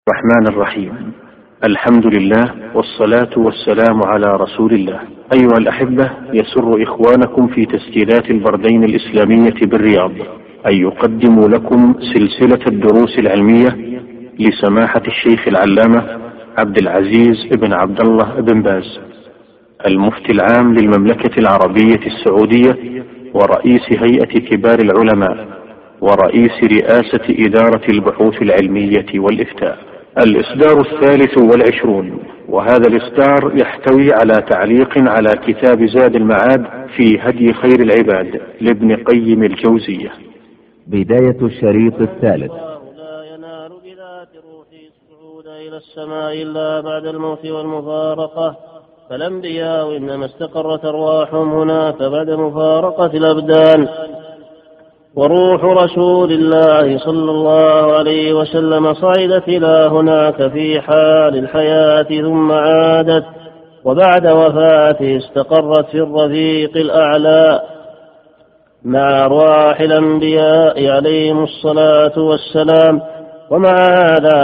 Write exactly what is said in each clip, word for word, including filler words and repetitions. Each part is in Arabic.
الرحمن الرحيم. الحمد لله والصلاة والسلام على رسول الله. أيها الأحبة، يسر إخوانكم في تسجيلات البردين الإسلامية بالرياض أن يقدموا لكم سلسلة الدروس العلمية لسماحة الشيخ العلامة عبد العزيز بن عبد الله بن باز، المفتي العام للمملكة العربية السعودية ورئيس هيئة كبار العلماء ورئيس رئاسة إدارة البحوث العلمية والإفتاء. الإصدار الثالث والعشرون، وهذا الإصدار يحتوي على تعليق على كتاب زاد المعاد في هدي خير العباد لابن قيم الجوزية. بداية الشريط الثالث. لا ينال بذات روحه الصعود إلى السماء إلا بعد الموت والمفارقة، فالأنبياء إنما استقرت أرواحهم هناك بعد مفارقة الأبدان، وروح رسول الله صلى الله عليه وسلم صعدت إلى هناك في حال الحياة ثم عادت، وبعد وفاته استقرت في الرفيق الأعلى مع أرواح الأنبياء عليهم الصلاة والسلام. ومع هذا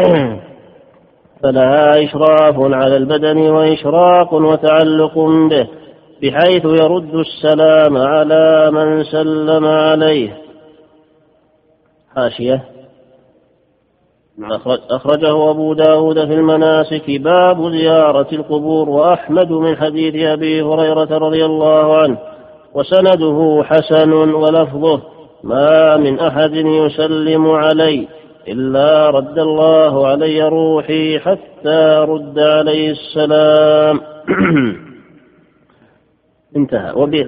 فلها إشراف على البدن وإشراق وتعلق به، بحيث يرد السلام على من سلم عليه. حاشية. أخرجه أبو داود في المناسك باب زيارة القبور، وأحمد من حديث أبي هريرة رضي الله عنه، وسنده حسن ولفظه: ما من أحد يسلم علي إلا رد الله علي روحي حتى رد عليه السلام. انتهى. وبه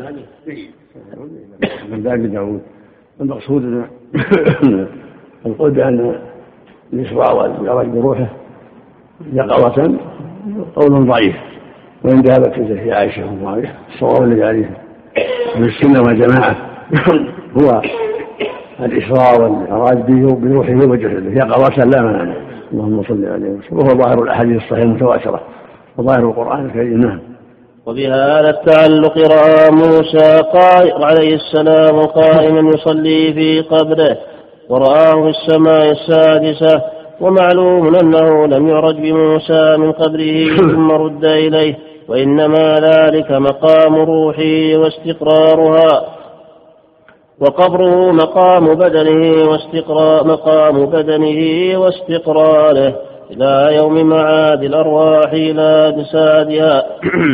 من باب داود. المقصود القول بأن الإسراء والمعراج بروحه يقظة قول ضعيف، وإن ذهبت في عائشة ومعاوية الصواب الذي عليه بالسنة والجماعة هو الإسراء والمعراج بروحه وجسده يقظة لا معنى. اللهم صل عليه وسلم. وهو ظاهر الأحاديث الصحيحة المتواترة وظاهر القرآن الكريم. نعم. وبهذا التعلق رأى موسى عليه السلام قائما يصلي في قبره، ورآه في السماء السادسة، ومعلوم أنه لم يعرج بموسى من قبره ثم رد إليه، وإنما ذلك مقام روحه واستقرارها، وقبره مقام بدنه واستقرار مقام بدنه واستقراره إلى يوم معاد الأرواح إلى أجسادها.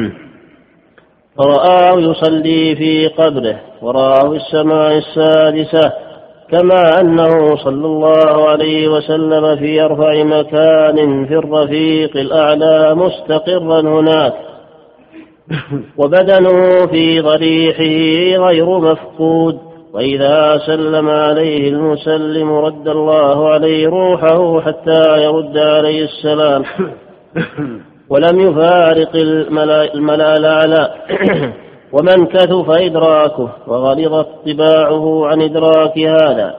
فرآه يصلي في قبره، ورآه في السماء السادسة، كما أنه صلى الله عليه وسلم في أرفع مكان في الرفيق الأعلى مستقرا هناك، وبدنه في ضريحه غير مفقود. وإذا سلم عليه المسلم رد الله عليه روحه حتى يرد عليه السلام، ولم يفارق الملأ الأعلى. ومن كثف إدراكه وغلظت طباعه عن إدراك هذا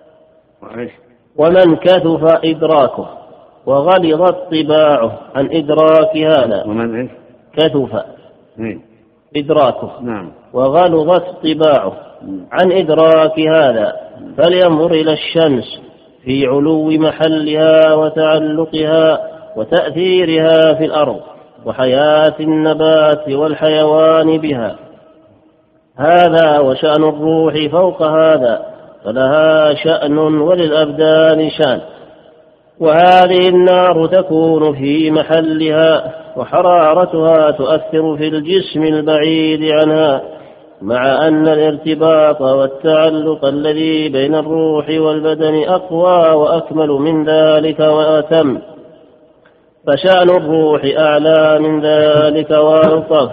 ومن كثف إدراكه وغلظت طباعه عن إدراك هذا ومن كثف إدراكه نعم وغلظت طباعه عن إدراك هذا فلينظر إلى الشمس في علو محلها وتعلقها وتأثيرها في الأرض وحياة النبات والحيوان بها. هذا وشأن الروح فوق هذا، فلها شأن وللأبدان شأن. وهذه النار تكون في محلها، وحرارتها تؤثر في الجسم البعيد عنها، مع أن الارتباط والتعلق الذي بين الروح والبدن أقوى وأكمل من ذلك وأتم، فشأن الروح أعلى من ذلك وألطف.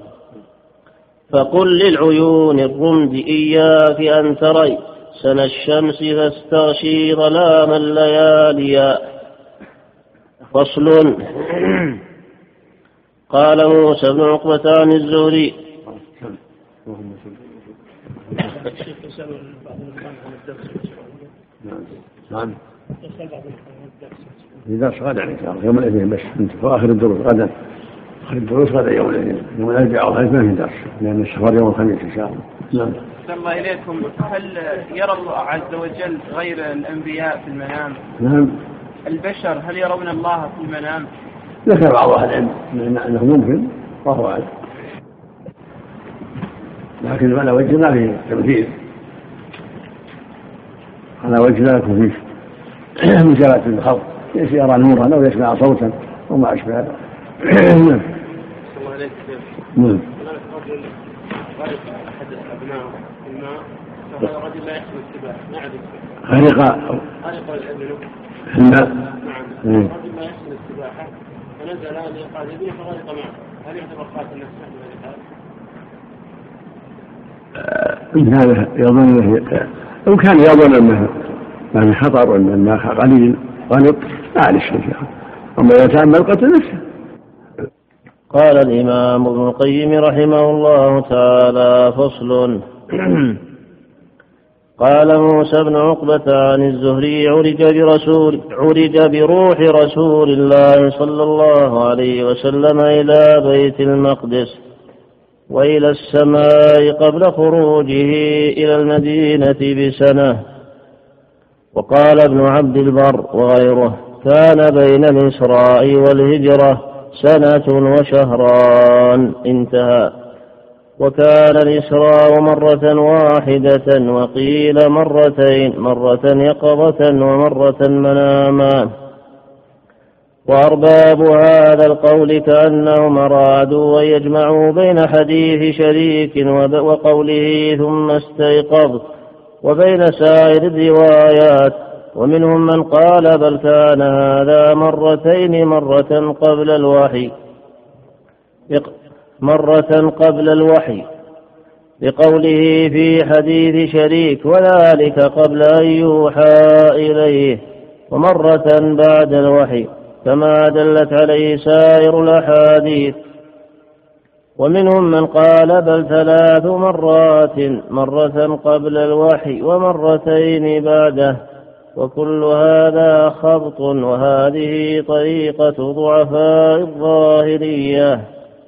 فقل للعيون الرمد إياك أن تري سنى الشمس فاستغشي ظلام الليالي. فصل. قال موسى بن عقبة عن الزهري: نعم الدرس غدا إن شاء الله يوم الاثنين، بس انت في آخر الدروس غدا، آخر الدروس غدا يوم الاثنين، يوم الأربعاء والخميس ما في درس لأن السفر يوم الخميس إن شاء الله. نعم. أحسن الله إليكم. هل يرى الله عز وجل غير الأنبياء في المنام؟ نعم. البشر هل يرون الله في المنام؟ ذكر بعض أهل العلم أنه ممكن وهو أعلم، لكن على وجه ما فيه تمثيل، على وجه لا يكون فيه مجالات الخلق، يرى نورا أو يسمع صوتا وما أشبه هذا. الله عليك نعم. رجل غرق أحد أبنائه في الماء، فهذا الرجل لا يحسن السباحة، ما عاد غرق غرق ابنه في الماء. نعم. الرجل لا يحسن السباحة فنزل لإنقاذ ابنه فغرق معه، هل يعتبر قاتل نفسه من إن هذا يظن أو كان يظن أنه ما في خطر وأن الماء قليل غلط ما عليه شيء، أما إذا تأمل قتل نفسه. قال الإمام ابن القيم رحمه الله تعالى: فصل. قال موسى بن عقبة عن الزهري: عرج برسول عرج بروح رسول الله صلى الله عليه وسلم إلى بيت المقدس وإلى السماء قبل خروجه إلى المدينة بسنة. وقال ابن عبد البر وغيره: كان بين الإسراء والهجرة سنة وشهران. انتهى. وكان الإسراء مرة واحدة، وقيل مرتين، مرة يقظة ومرة مناما. وأرباب هذا القول كأنهم أرادوا أن يجمعوا بين حديث شريك وقوله ثم استيقظت وبين سائر الروايات، ومنهم من قال بل كان هذا مرتين، مرة قبل الوحي مرة قبل الوحي بقوله في حديث شريك وذلك قبل أن يوحى إليه، ومرة بعد الوحي كما دلت عليه سائر الأحاديث. ومنهم من قال بل ثلاث مرات، مرة قبل الوحي ومرتين بعده، وكل هذا خبط، وهذه طريقة ضعفاء الظاهرية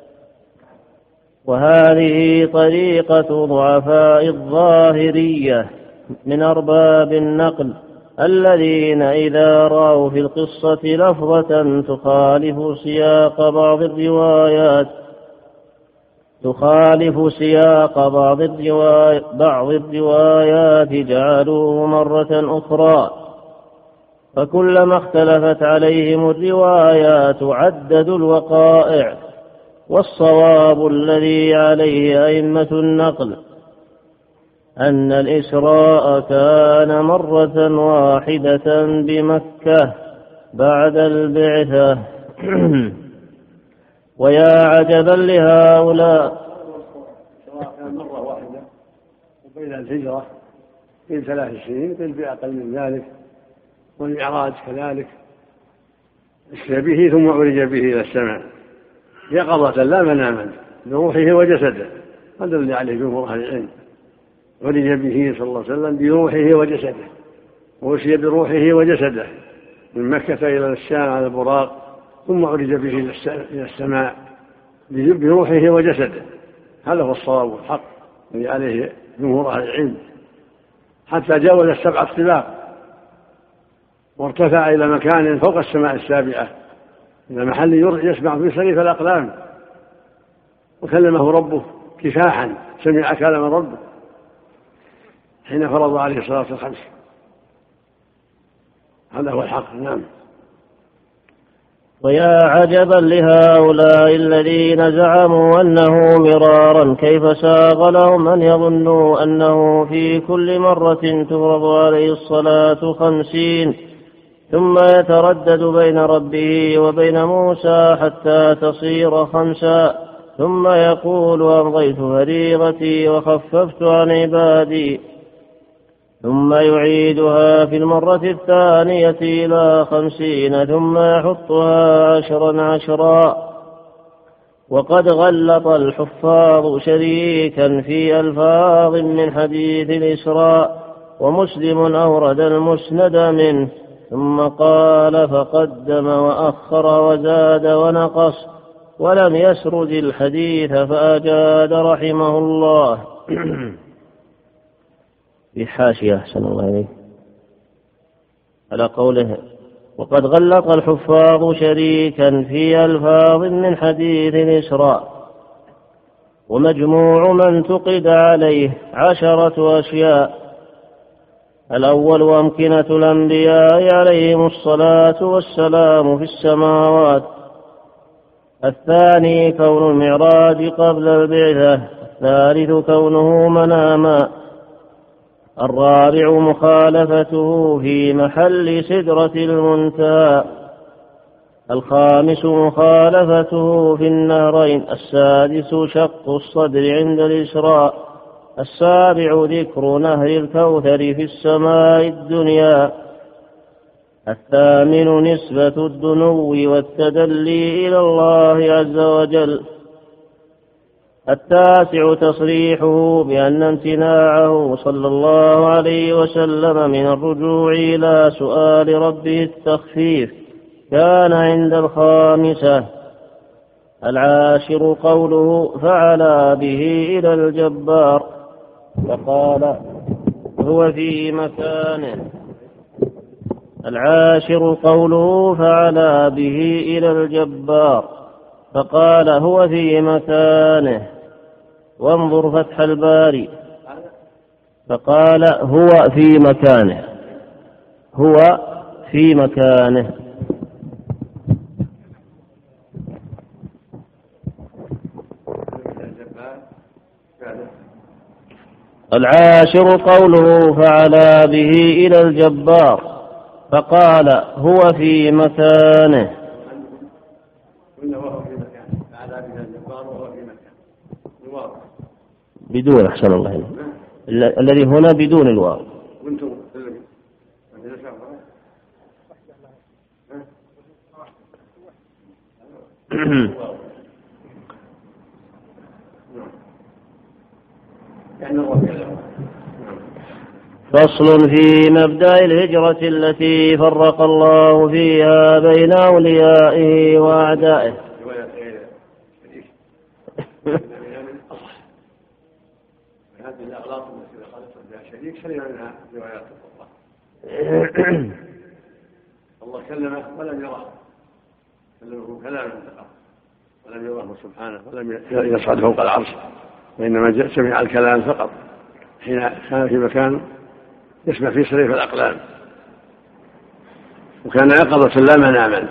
وهذه طريقة ضعفاء الظاهرية من أرباب النقل الذين إذا رأوا في القصة لفظة تخالف سياق بعض الروايات تخالف سياق بعض الروايات, بعض الروايات جعلوه مرة أخرى، فكلما اختلفت عليهم الروايات عددوا الوقائع. والصواب الذي عليه أئمة النقل أن الإسراء كان مرة واحدة بمكة بعد البعثة. ويا عجبا لهؤلاء. سواء كان مرة واحدة وبين الهجرة في ثلاث سنين قيل بأقل من ذلك، والمعراج كذلك اسري به ثم عرج به إلى السماء يقظة لا مناما بروحه وجسده، هذا الذي عليه جمهور أهل العلم. عرج به صلى الله عليه وسلم بروحه وجسده، وأسري بروحه وجسده من مكة إلى الشام على البراق، ثم عرج به إلى السماء بروحه وجسده. هذا هو الصواب والحق الذي عليه جمهور أهل العلم، حتى جاوز السبع الطباق وارتفع إلى مكان فوق السماء السابعة إلى محل يسمع فيه صريف الأقلام، وكلمه ربه كفاحا، سمع كلام ربه حين فرض عليه الصلاة الخمس. هذا هو الحق. نعم. ويا عجبا لهؤلاء الذين زعموا أنه مرارا، كيف ساغ لهم أن يظنوا أنه في كل مرة تفرض عليه الصلاة خمسين، ثم يتردد بين ربه وبين موسى حتى تصير خمسا، ثم يقول أمضيت فريضتي وخففت عن عبادي، ثم يعيدها في المرة الثانية إلى خمسين، ثم يحطها عشرا عشرا. وقد غلط الحفاظ شريكا في ألفاظ من حديث الإسراء، ومسلم أورد المسند منه، ثم قال فقدم وأخر وزاد ونقص، ولم يسرد الحديث فأجاد رحمه الله. في حاشية أحسن الله إليه على قوله وقد غلق الحفاظ شريكا في ألفاظ من حديث الإسراء، ومجموع ما انتقد عليه عشرة أشياء: الأول أمكنة الأنبياء عليهم الصلاة والسلام في السماوات، الثاني كون المعراج قبل البعثة، الثالث كونه مناما، الرابع مخالفته في محل سدرة المنتهى، الخامس مخالفته في النهرين، السادس شق الصدر عند الإسراء، السابع ذكر نهر الكوثر في السماء الدنيا، الثامن نسبة الدنو والتدلي إلى الله عز وجل، التاسع تصريحه بأن امتناعه صلى الله عليه وسلم من الرجوع إلى سؤال ربه التخفيف كان عند الخامسة، العاشر قوله فعلى به إلى الجبار فقال هو في مكانه، العاشر قوله فعلى به إلى الجبار فقال هو في مكانه. وانظر فتح الباري، فقال هو في مكانه، هو في مكانه. العاشر قوله فعلى به إلى الجبار فقال هو في مكانه، بدون أحسن الله إليه. الذي هنا بدون الواو. فصل في مبدأ الهجرة التي فرق الله فيها بين أوليائه وأعدائه. هذه الأغلاط التي خلقت بها شريك سلم منها روايات الله. الله كلمه ولم يره، كلمه كلاما انتقى ولم يره سبحانه، ولم يصعد فوق العرش، وإنما سمع الكلام فقط حين كان في مكان يسمع فيه صريف الأقلام، وكان يقظة لا مناما،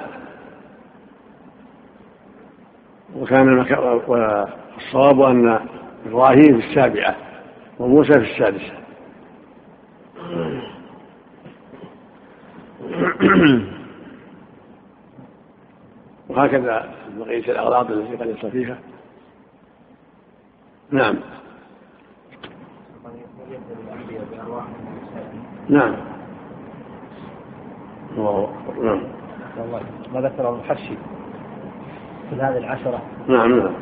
وكان والصواب أن إبراهيم في السابعة وموسى في السادسة. وهكذا بقية الأغراض التي قد يصل فيها. نعم نعم نعم ما ذكره الحشي في هذه العشرة. نعم نعم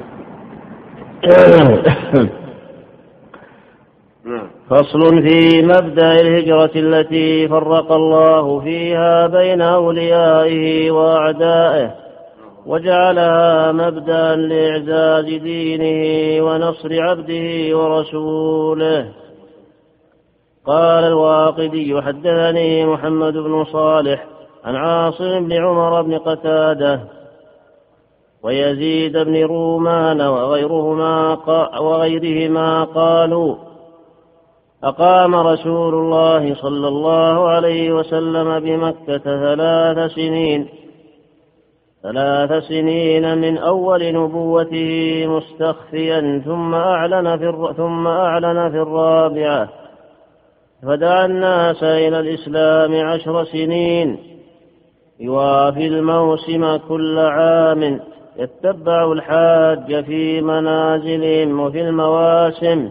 فصل في مبدأ الهجرة التي فرق الله فيها بين أوليائه وأعدائه، وجعلها مبدأ لإعزاز دينه ونصر عبده ورسوله. قال الواقدي حدثني محمد بن صالح عن عاصم بن عمر بن قتادة ويزيد بن رومان وغيرهما, وغيرهما قالوا أقام رسول الله صلى الله عليه وسلم بمكة ثلاث سنين ثلاث سنين من أول نبوته مستخفيا، ثم أعلن في, ثم أعلن في الرابعة، فدعا الناس إلى الإسلام عشر سنين، يوافي الموسم كل عام، يتبع الحاج في منازلهم وفي المواسم،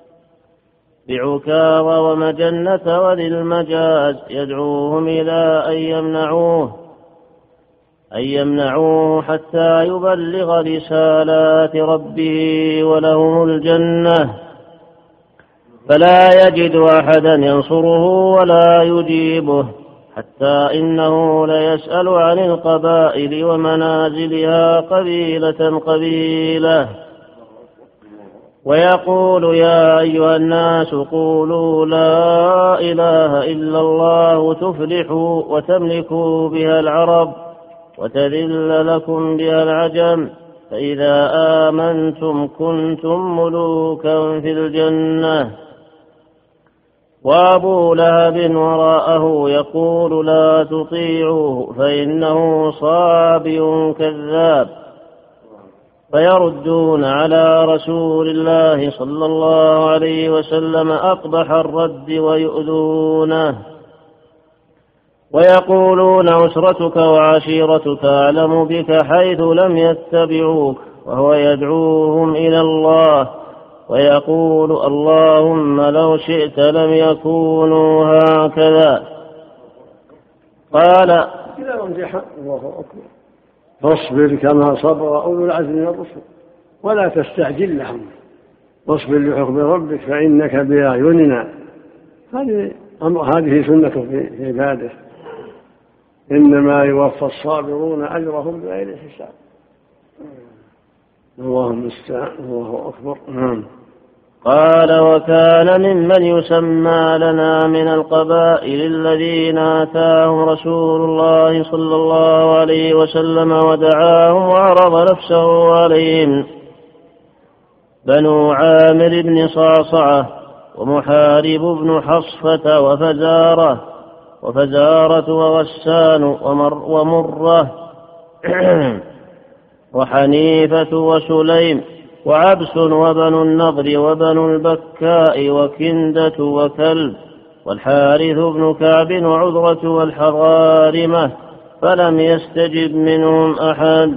بعكاظ ومجنة وذي المجاز، يدعوهم إلى أن يمنعوه أن يمنعوه حتى يبلغ رسالات ربه ولهم الجنة، فلا يجد أحدا ينصره ولا يجيبه، حتى إنه ليسأل عن القبائل ومنازلها قبيلة قبيلة، ويقول يا أيها الناس قولوا لا إله إلا الله تفلحوا وتملكوا بها العرب وتذل لكم بها العجم، فإذا آمنتم كنتم ملوكا في الجنة. وأبو لهب وراءه يقول لا تطيعوه فإنه صابئ كذاب، فيردون على رسول الله صلى الله عليه وسلم أقبح الرد ويؤذونه، ويقولون أسرتك وعشيرتك أعلم بك حيث لم يتبعوك، وهو يدعوهم إلى الله ويقول اللهم لو شئت لم يكونوا هكذا. قال إلى رمزها الله أكبر فاصبر كما صبر أولو العزم من الرسل ولا تستعجل لهم واصبر لحكم ربك فإنك بأعيننا. هذه هذه سنة في عباده، إنما يوفى الصابرون أجرهم بغير حساب. اللهم المستعان. الله أكبر. قال وكان ممن يسمى لنا من القبائل الذين آتاهم رسول الله صلى الله عليه وسلم ودعاهم وعرض نفسه عليهم بنو عامر بن صعصعة ومحارب بن حصفة وفزارة وفزارة وغسان ومر ومرة وحنيفة وسليم وعبس وبنو النضر وبنو البكاء وكندة وكلب والحارث بن كعب وعذرة والحغارمة، فلم يستجب منهم أحد.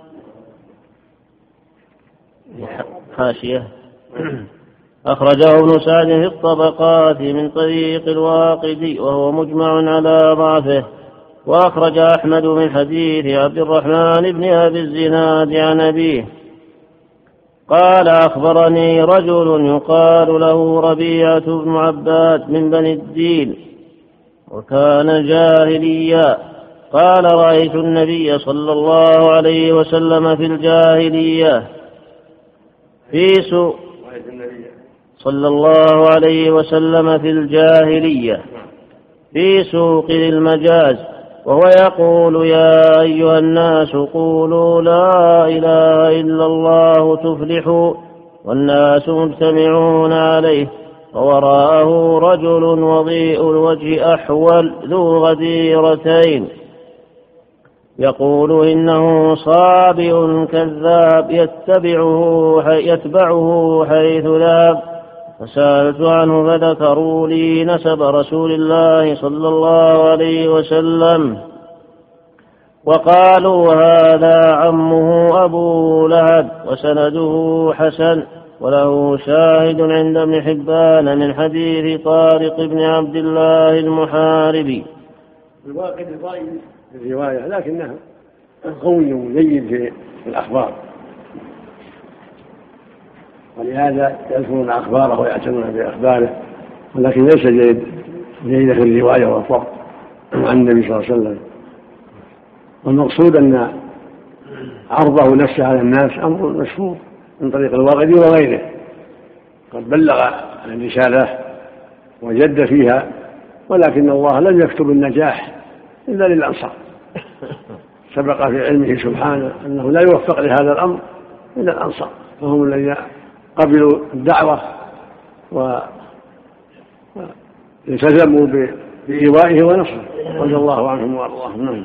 حاشية. أخرجه ابن سعد في الطبقات من طريق الواقدي وهو مجمع على ضعفه. وأخرج أحمد من حديث عبد الرحمن بن أبي الزناد عن أبيه قال أخبرني رجل يقال له ربيعة بن عباد من بني الدين وكان جاهليا، قال رأيت النبي صلى الله عليه وسلم في الجاهلية في سوء صلى الله عليه وسلم في الجاهلية في سوق المجاز وهو يقول يا أيها الناس قولوا لا إله إلا الله تفلحوا، والناس مجتمعون عليه، ووراءه رجل وضيء الوجه أحول ذو غديرتين يقول إنه صابئ كذاب يتبعه يتبعه حيث ذهب، فسألت عنه فذكروا لي نسب رسول الله صلى الله عليه وسلم وقالوا هذا عمه أبو لهب، وسنده حسن وله شاهد عند ابن حبان من حديث طارق بن عبد الله المحاربي. الواقع ضعيف في الرواية لكنه قوي وجيد في الأخبار، ولهذا يذكرون أخباره ويعتنون بأخباره، ولكن ليس جيد جيد في الرواية والضبط عن النبي صلى الله عليه وسلم. والمقصود أن عرضه نفسه على الناس أمر مشهور من طريق الواقدي وغيره، قد بلغ الرسالة وجد فيها، ولكن الله لم يكتب النجاح إلا للأنصار. سبق في علمه سبحانه أنه لا يوفق لهذا الأمر إلا الأنصار، فهم الذين قبلوا الدعوة والتزموا بإيوائه ونصره رضي الله عنهم وأرضاهم.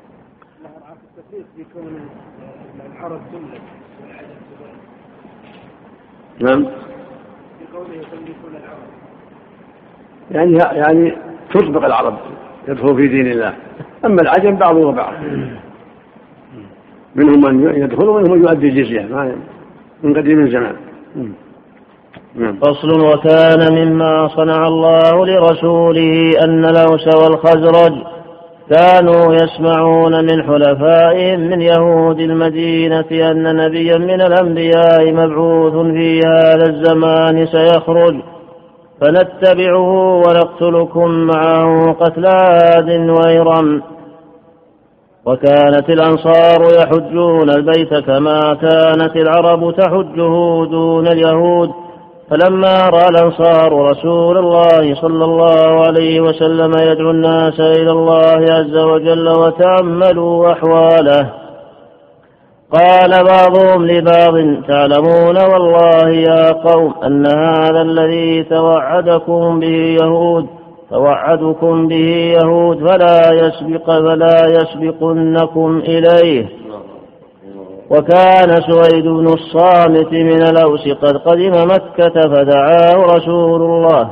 نعم. يعني يعني تطبق العرب يدخل في دين الله، أما العجم بعضهم وبعض، منهم من يدخل ومنهم من يؤدي الجزية من قديم الزمان. فصل. وكان مما صنع الله لرسوله أن الأوس والخزرج كانوا يسمعون من حلفائهم من يهود المدينة أن نبيا من الأنبياء مبعوث في هذا الزمان سيخرج فنتبعه ونقتلكم معه قتل عاد وإرم. وكانت الأنصار يحجون البيت كما كانت العرب تحجه دون اليهود. فلما رأى الأنصار رسول الله صلى الله عليه وسلم يدعو الناس إلى الله عز وجل وتأملوا أحواله، قال بعضهم لبعض: تعلمون والله يا قوم أن هذا الذي توعدكم به يهود توعدكم به يهود فلا يسبق فلا يسبقنكم إليه. وكان سويد بن الصامت من الأوس قد قدم مكة فدعاه رسول الله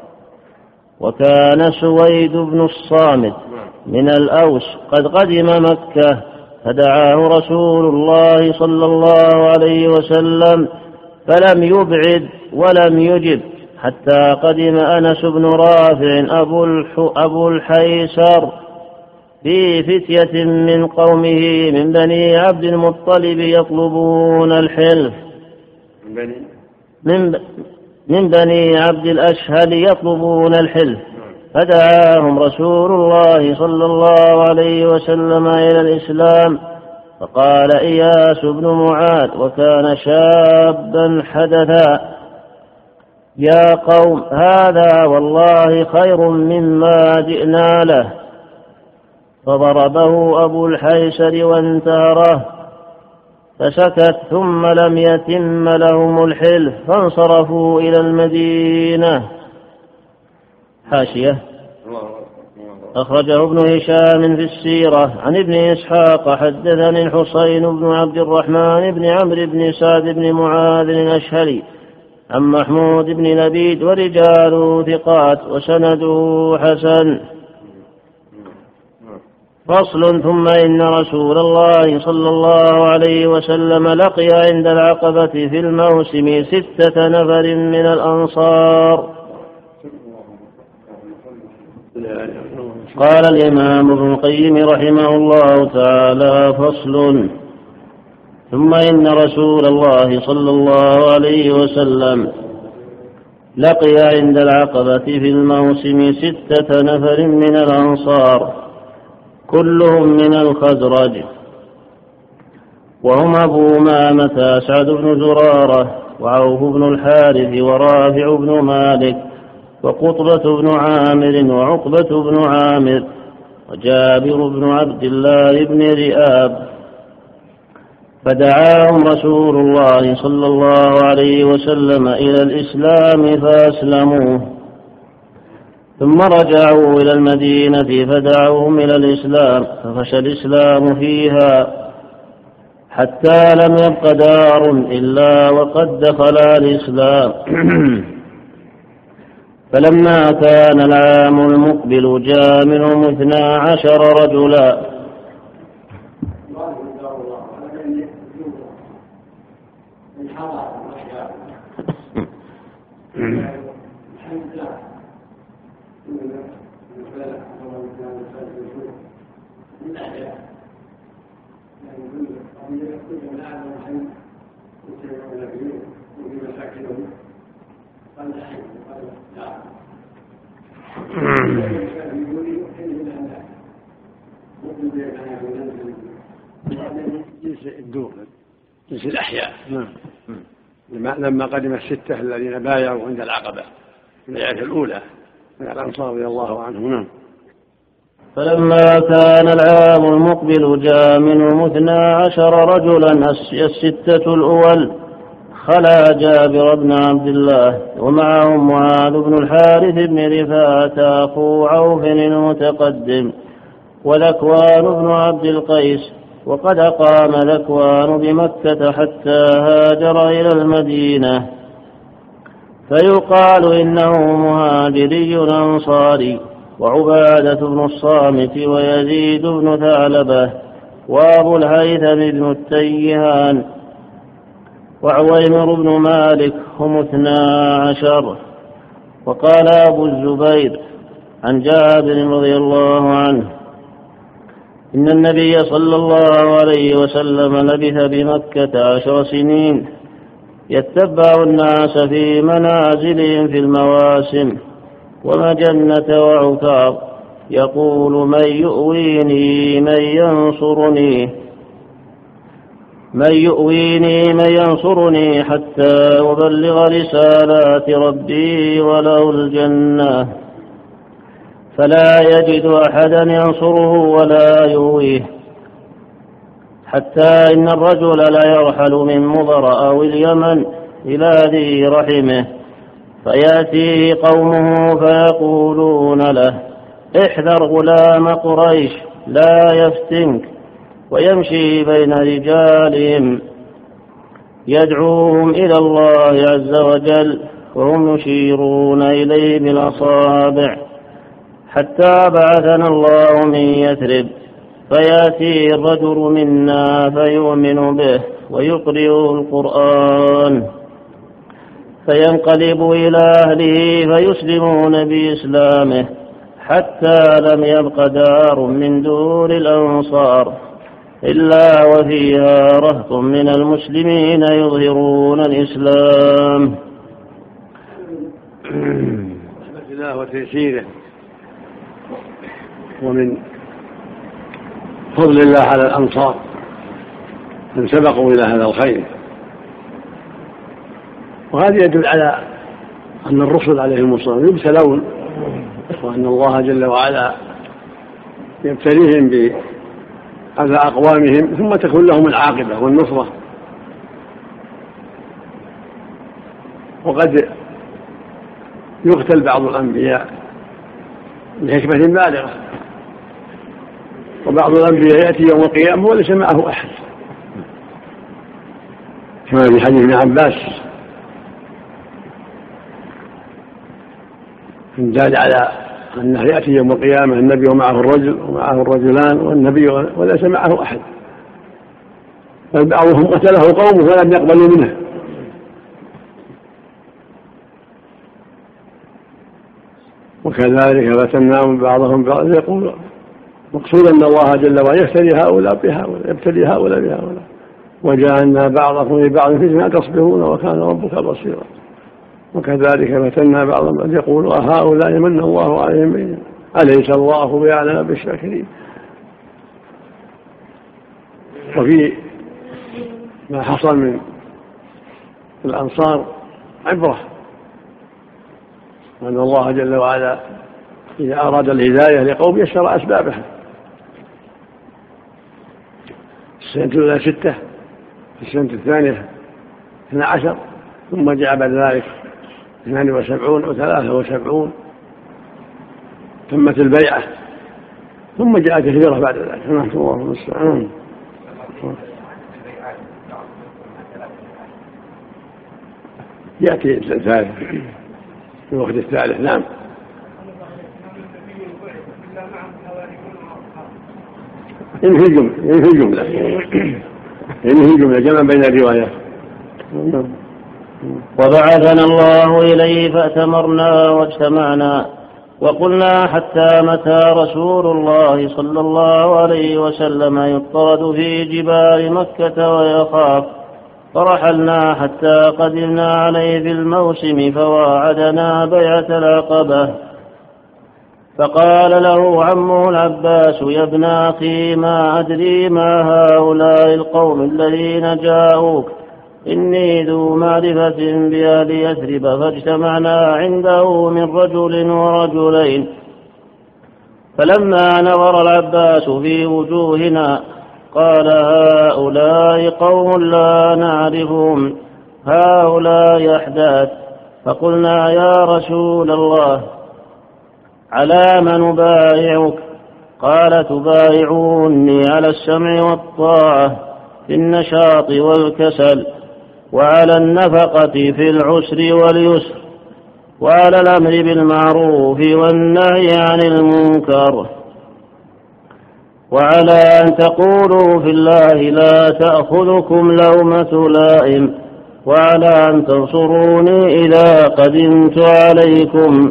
وكان سويد بن الصامت من الأوس قد قدم مكة فدعاه رسول الله صلى الله عليه وسلم فلم يبعد ولم يجب حتى قدم أنس بن رافع أبو الحيسر في فتية من قومه من بني عبد المطلب يطلبون الحلف من من بني عبد الأشهل يطلبون الحلف فدعاهم رسول الله صلى الله عليه وسلم إلى الإسلام. فقال إياس بن معاذ وكان شابا حدثا: يا قوم هذا والله خير مما جئنا له. فضربه أبو الحيسر وانتهره فسكت ثم لم يتم لهم الحلف فانصرفوا إلى المدينة. حاشية: أخرجه ابن هشام في السيرة عن ابن إسحاق حدثني الحسين بن عبد الرحمن بن عمرو بن سعد بن معاذ الأشهلي عن محمود بن لبيد ورجاله ثقات وسنده حسن. فصل: ثم إن رسول الله صلى الله عليه وسلم لقي عند العقبة في الموسم ستة نفر من الأنصار. قال الإمام ابن القيم رحمه الله تعالى: فصل: ثم إن رسول الله صلى الله عليه وسلم لقي عند العقبة في الموسم ستة نفر من الأنصار كلهم من الخزرج، وهم أبو أمامة أسعد بن زرارة وعوف بن الحارث ورافع بن مالك وقطبة بن عامر وعقبة بن عامر وجابر بن عبد الله بن رئاب. فدعاهم رسول الله صلى الله عليه وسلم إلى الإسلام فأسلموا، ثم رجعوا إلى المدينة فدعوهم إلى الإسلام ففشى الإسلام فيها حتى لم يبق دار إلا وقد دخل الإسلام. فلما كان العام المقبل جاء منهم اثنا عشر رجلا الدور جنس الأحياء. لما قدم الستة الذين بايعوا عند العقبة في الآية الأولى من الأنصار رضي الله عنهم. فلما كان العام المقبل جاء منهم اثنا عشر رجلا الستة الأول خلا جابر بن عبد الله ومعهم معاذ بن الحارث بن رفاعة أخو عوف المتقدم وذكوان بن عبد القيس. وقد أقام ذكوان بمكة حتى هاجر إلى المدينة، فيقال إنه مهاجري أنصاري. وعبادة بن الصامت ويزيد بن ثعلبة وأبو الهيثم بن التيهان وعويمر بن مالك هم اثنا عشر. وقال أبو الزبير عن جابر رضي الله عنه إن النبي صلى الله عليه وسلم لبث بمكة عشر سنين يتبع الناس في منازلهم في المواسم ومجنة وعكاظ، يقول من يؤويني من ينصرني من يؤويني من ينصرني حتى أبلغ رسالات ربي وله الجنة، فلا يجد أحدا ينصره ولا يؤويه، حتى إن الرجل لا يرحل من مضر أو اليمن إلى ذي رحمه، فيأتيه قومه فيقولون له احذر غلام قريش لا يفتنك، ويمشي بين رجالهم يدعوهم إلى الله عز وجل وهم يشيرون إليه بالأصابع، حتى بعثنا الله من يثرب، فيأتي الرجل منا فيؤمن به ويقرئ القرآن، فينقلب إلى أهله فيسلمون بإسلامه، حتى لم يبق دار من دور الأنصار إلا وفيها رهط من المسلمين يظهرون الإسلام. الله وتيسيره، ومن فضل الله على الأنصار من سبقوا إلى هذا الخير، وهذا يدل على أن الرسل عليهم الصلاة والسلام يبتلون، وأن الله جل وعلا يبتليهم بأذى أقوامهم ثم تكون لهم العاقبة والنصرة. وقد يقتل بعض الأنبياء بحكمة بالغة، وبعض الأنبياء يأتي يوم القيامة وليس معه أحد، كما في حديث ابن عباس دال على أنه يأتي يوم القيامة النبي ومعه الرجل ومعه الرجلان والنبي وليس معه أحد، بل بعضهم قتله قومه ولم يقبلوا منه. وكذلك فتناهم بعضهم بعض، يقول مقصود أن الله جل وعلا يفتري هؤلاء بهؤلاء، يبتلي هؤلاء بهؤلاء، وجعلنا بعضكم لبعض فتنة تصبرون وكان ربك بصيرا. وكذلك فتنا بعضهم يقول هؤلاء من الله عليهم أليس الله بأعلم بالشاكرين. وفي ما حصل من الأنصار عبرة، وأن الله جل وعلا إذا أراد الهداية لقوم يسر أسبابها. السنة الأولى ستة، في السنة الثانية اثنا عشر، ثم جاء بعد ذلك اثنان وسبعون وثلاثة وسبعون، تمت البيعة، ثم جاءت الهجرة بعد ذلك. نحن الله المستعان. يأتي الثالث في الوقت الثالث. نعم. ينهي الجملة ينهي الجملة ينهي الجملة جمع بين الروايات. وبعثنا الله إليه فأتمرنا واجتمعنا وقلنا حتى متى رسول الله صلى الله عليه وسلم يطرد في جبال مكة ويخاف، فرحلنا حتى قدمنا عليه في الموسم فواعدنا بيعة العقبة، فقال له عمه العباس يا ابن أخي ما أدري ما هؤلاء القوم الذين جاءوك، إني ذو معرفة بأهل يثرب، فاجتمعنا عنده من رجل ورجلين، فلما نظر العباس في وجوهنا قال هؤلاء قوم لا نعرفهم، هؤلاء أحداث. فقلنا يا رسول الله على من نبايعك؟ قال تبايعوني على السمع والطاعة في النشاط والكسل، وعلى النفقة في العسر واليسر، وعلى الأمر بالمعروف والنهي عن المنكر، وعلى أن تقولوا في الله لا تأخذكم لومة لائم، وعلى أن تنصروني إذا قدمت عليكم،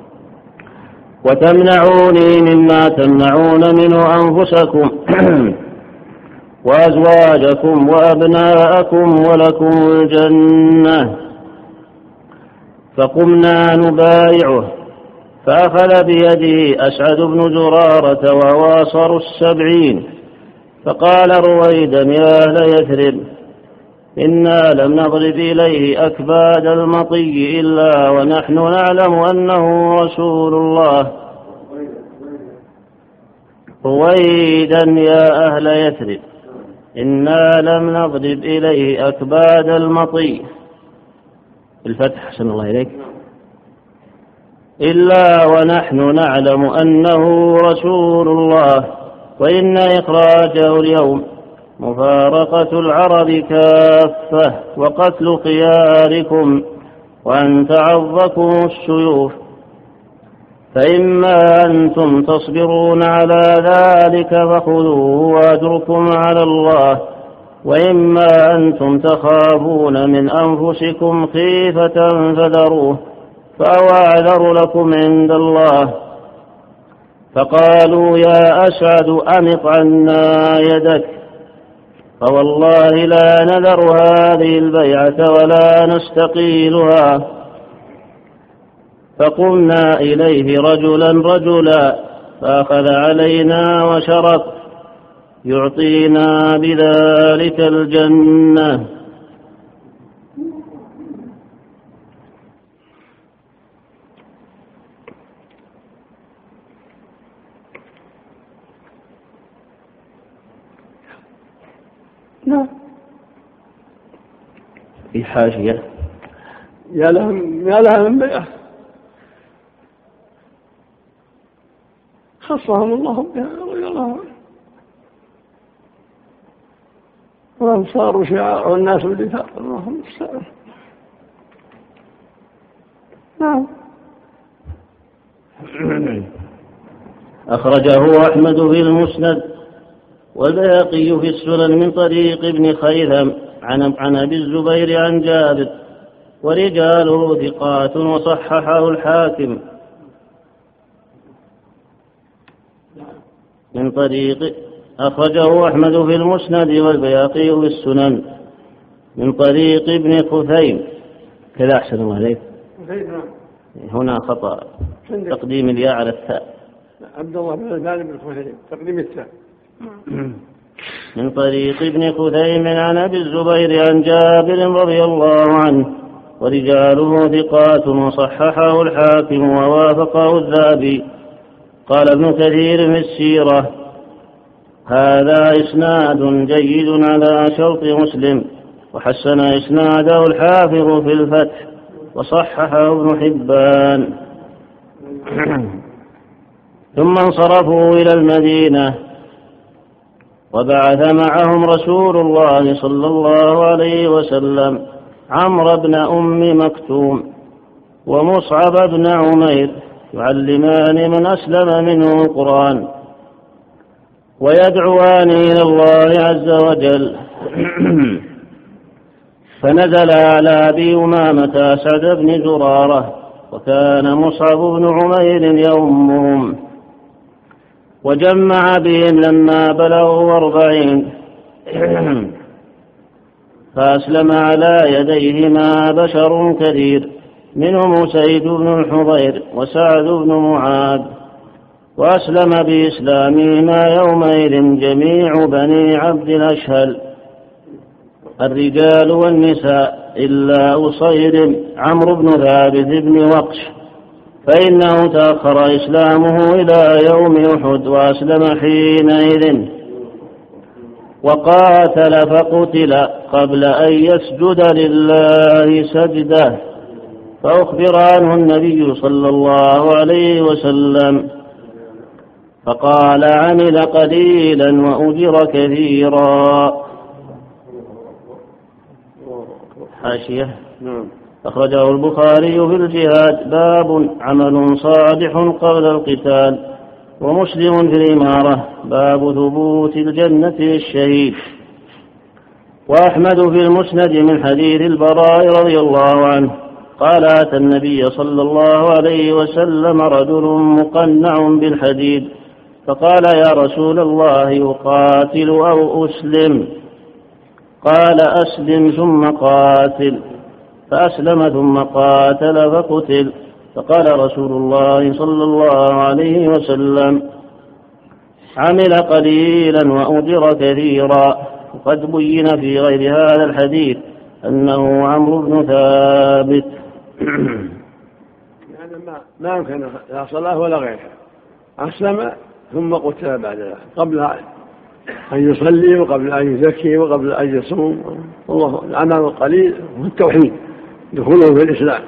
وتمنعوني مما تمنعون منه أنفسكم وأزواجكم وأبناءكم ولكم الجنة. فقمنا نبايعه، فأخذ بيده أسعد بن زرارة وهو أصغر السبعين فقال رويدا يا أهل يثرب إنا لم نضرب إليه أكباد المطي إلا ونحن نعلم أنه رسول الله. رويدا يا أهل يثرب إنا لم نضرب إليه أكباد المطي الفتح حسن الله إليك إلا ونحن نعلم أنه رسول الله، وإن إخراجه اليوم مفارقة العرب كافة وقتل خياركم وأن تعظكم السيوف، فإما أنتم تصبرون على ذلك فخذوه وأجركم على الله، وإما أنتم تخافون من أنفسكم خيفة فذروه فهو أعذر لكم عند الله. فقالوا يا أسعد أمط عنا يدك، فوالله لا نذر هذه البيعة ولا نستقيلها. فقمنا إليه رجلا رجلا فأخذ علينا وشرط يعطينا بذلك الجنة. نعم. في حاشية يا لهم يا لها من بيعة خصهم الله بها رضي الله عنه، وهم صاروا شعار والناس بالدفاع اللهم السلام. نعم. أخرجه أحمد في المسند والبيهقي في السنن من طريق ابن خيثم عن عن أبي الزبير عن جابر ورجاله ثقات وصححه الحاكم من طريق أخرجه أحمد في المسند والبيهقي في السنن من طريق ابن خثيم كذا أحسن الله عليك هنا خطأ تقديم الياء على التاء عبد الله بن الغالب بن خثيم تقديم التاء من طريق ابن خثيم عن أبي الزبير عن جابر رضي الله عنه ورجاله ثقات وصححه الحاكم ووافقه الذهبي. قال ابن كثير في السيرة هذا إسناد جيد على شرط مسلم، وحسن إسناده الحافظ في الفتح وصححه ابن حبان. ثم انصرفوا إلى المدينة وبعث معهم رسول الله صلى الله عليه وسلم عمرو بن أم مكتوم ومصعب بن عمير يعلمان من أسلم منه القرآن ويدعوان إلى الله عز وجل. فنزل على أبي أمامة أسعد بن زرارة وكان مصعب بن عمير يومهم، وجمع بهم لما بلغوا أربعين فأسلم على يديهما بشر كثير منهم سيد بن الحضير وسعد بن معاذ، وأسلم بإسلامهما يومئذ جميع بني عبد الأشهل الرجال والنساء إلا أصير عمرو بن ثابت بن وقش فإنه تأخر إسلامه إلى يوم أحد وأسلم حينئذ وقاتل فقتل قبل أن يسجد لله سجده، فأخبر عنه النبي صلى الله عليه وسلم فقال عمل قليلا وأجر كثيرا. حاشية أخرجه البخاري في الجهاد باب عمل صالح قبل القتال، ومسلم في الإمارة باب ثبوت الجنة للشهيد. وأحمد في المسند من حديث البراء رضي الله عنه قال أتى النبي صلى الله عليه وسلم رجل مقنع بالحديد فقال يا رسول الله أقاتل أو أسلم؟ قال أسلم ثم قاتل، فأسلم ثم قاتل فقتل، فقال رسول الله صلى الله عليه وسلم: عمل قليلا وأجر كثيرا. وقد بين في غير هذا الحديث أنه عمرو بن ثابت. يعني ما ما يمكن لا صلاة ولا غيرها، أسلم ثم قتل بعد ذلك قبل أن يصلي وقبل أن يزكي وقبل أن يصوم. والله العمل القليل هو التوحيد، دخوله في الإسلام،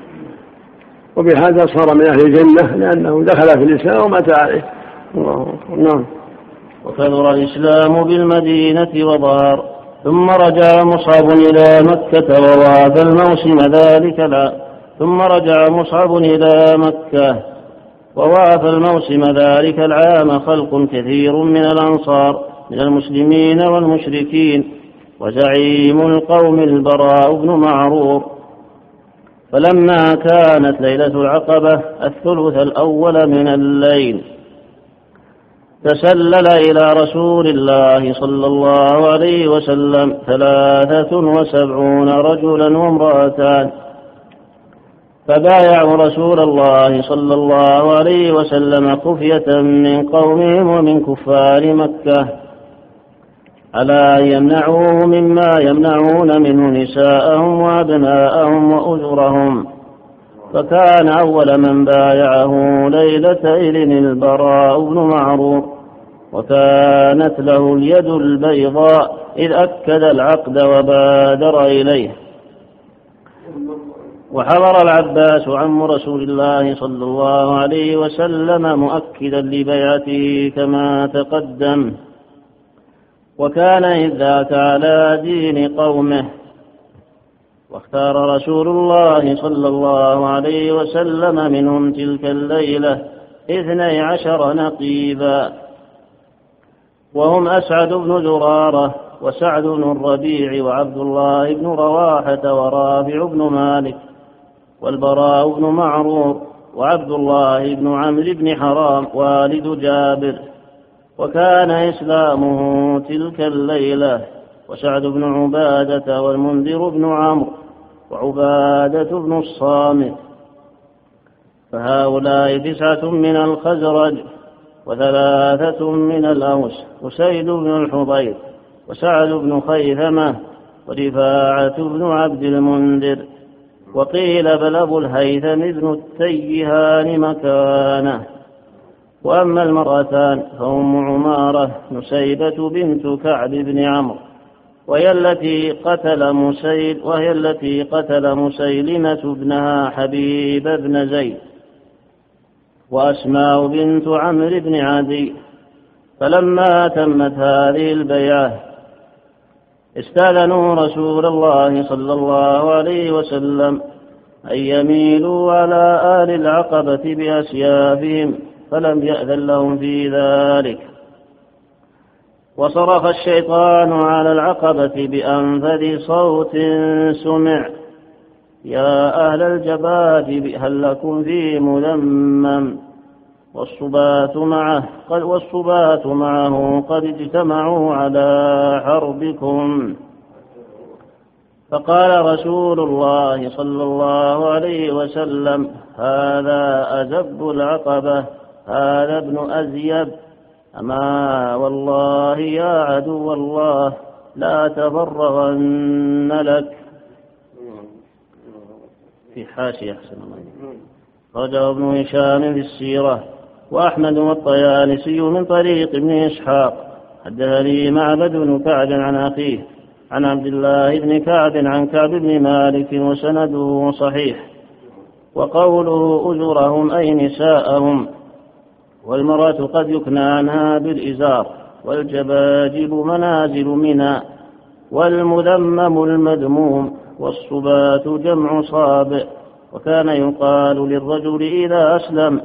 وبهذا صار من أهل الجنة لأنه دخل في الإسلام ومات عليه. الله نعم. وكثر الإسلام بالمدينة وظهر، ثم رجع مصعب إلى مكة ووافى الموسم ذلك العام ثم رجع مصعب إلى مكة ووافى الموسم ذلك العام خلق كثير من الأنصار من المسلمين والمشركين، وزعيم القوم البراء بن معرور. فلما كانت ليلة العقبة الثلث الأول من الليل تسلل إلى رسول الله صلى الله عليه وسلم ثلاثة وسبعون رجلا وامرأتان، فبايعوا رسول الله صلى الله عليه وسلم خفية من قومهم ومن كفار مكة على أن يمنعوه مما يمنعون منه نساءهم وأبناءهم وأجرهم. فكان أول من بايعه ليلة إذن البراء بن معرور، وكانت له اليد البيضاء إذ أكد العقد وبادر إليه. وحضر العباس عم رسول الله صلى الله عليه وسلم مؤكدا لبيعته كما تقدم، وكان إذ ذاك على دين قومه. واختار رسول الله صلى الله عليه وسلم منهم تلك الليلة اثني عشر نقيبا، وهم أسعد بن زرارة وسعد بن الربيع وعبد الله بن رواحة ورافع بن مالك والبراء بن معرور وعبد الله بن عمرو بن حرام والد جابر. وكان إسلامه تلك الليلة وسعد بن عبادة والمنذر بن عمرو وعبادة بن الصامت، فهؤلاء تسعة من الخزرج وثلاثة من الأوس، أسيد بن الحضير وسعد بن خيثمة ورفاعة بن عبد المنذر، وقيل بل أبو الهيثم بن التيهان مكانه. وأما المرأتان فأم عمارة نسيبة بنت كعب بن عمرو وهي التي قتل مسيل وهي التي قتل مسيلمة ابنها حبيب بن زيد، وأسماء بنت عمرو بن عدي. فلما تمت هذه البيعة استأذنوا رسول الله صلى الله عليه وسلم أن يميلوا على آل العقبة بأسيافهم، فلم يأذن لهم في ذلك. وصرخ الشيطان على العقبة بأنفذ صوت سمع: يا أهل الجباد هل لكم في مذمم؟ والصبات معه قد والصبات معه قد اجتمعوا على حربكم. فقال رسول الله صلى الله عليه وسلم: هذا أزب العقبة، هذا ابن أزيب. أما والله يا عدو الله لا تبرغن لك. في حاشية أحسن الله. رجع ابن هشام في السيرة وأحمد والطيالسي من طريق ابن إسحاق حدثني معبد بن كعب عن أخيه عن عبد الله بن كعب عن كعب بن مالك وسنده صحيح. وقوله أجرهم أي نساءهم، والمرأة قد يكنى عنها بالإزار، والجباجب منازل منى، والمذمم المذموم، والصبات جمع صابئ. وكان يقال للرجل إذا أسلم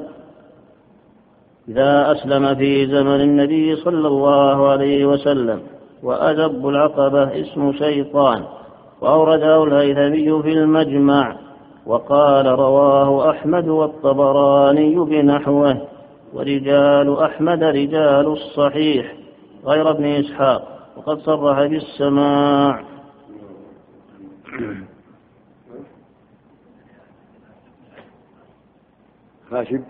إذا أسلم في زمن النبي صلى الله عليه وسلم. وأزب العقبة اسم شيطان، وأورده الهيثمي في المجمع، وقال رواه أحمد والطبراني بنحوه، ورجال أحمد رجال الصحيح غير ابن إسحاق، وقد صرح بالسماع. خاشب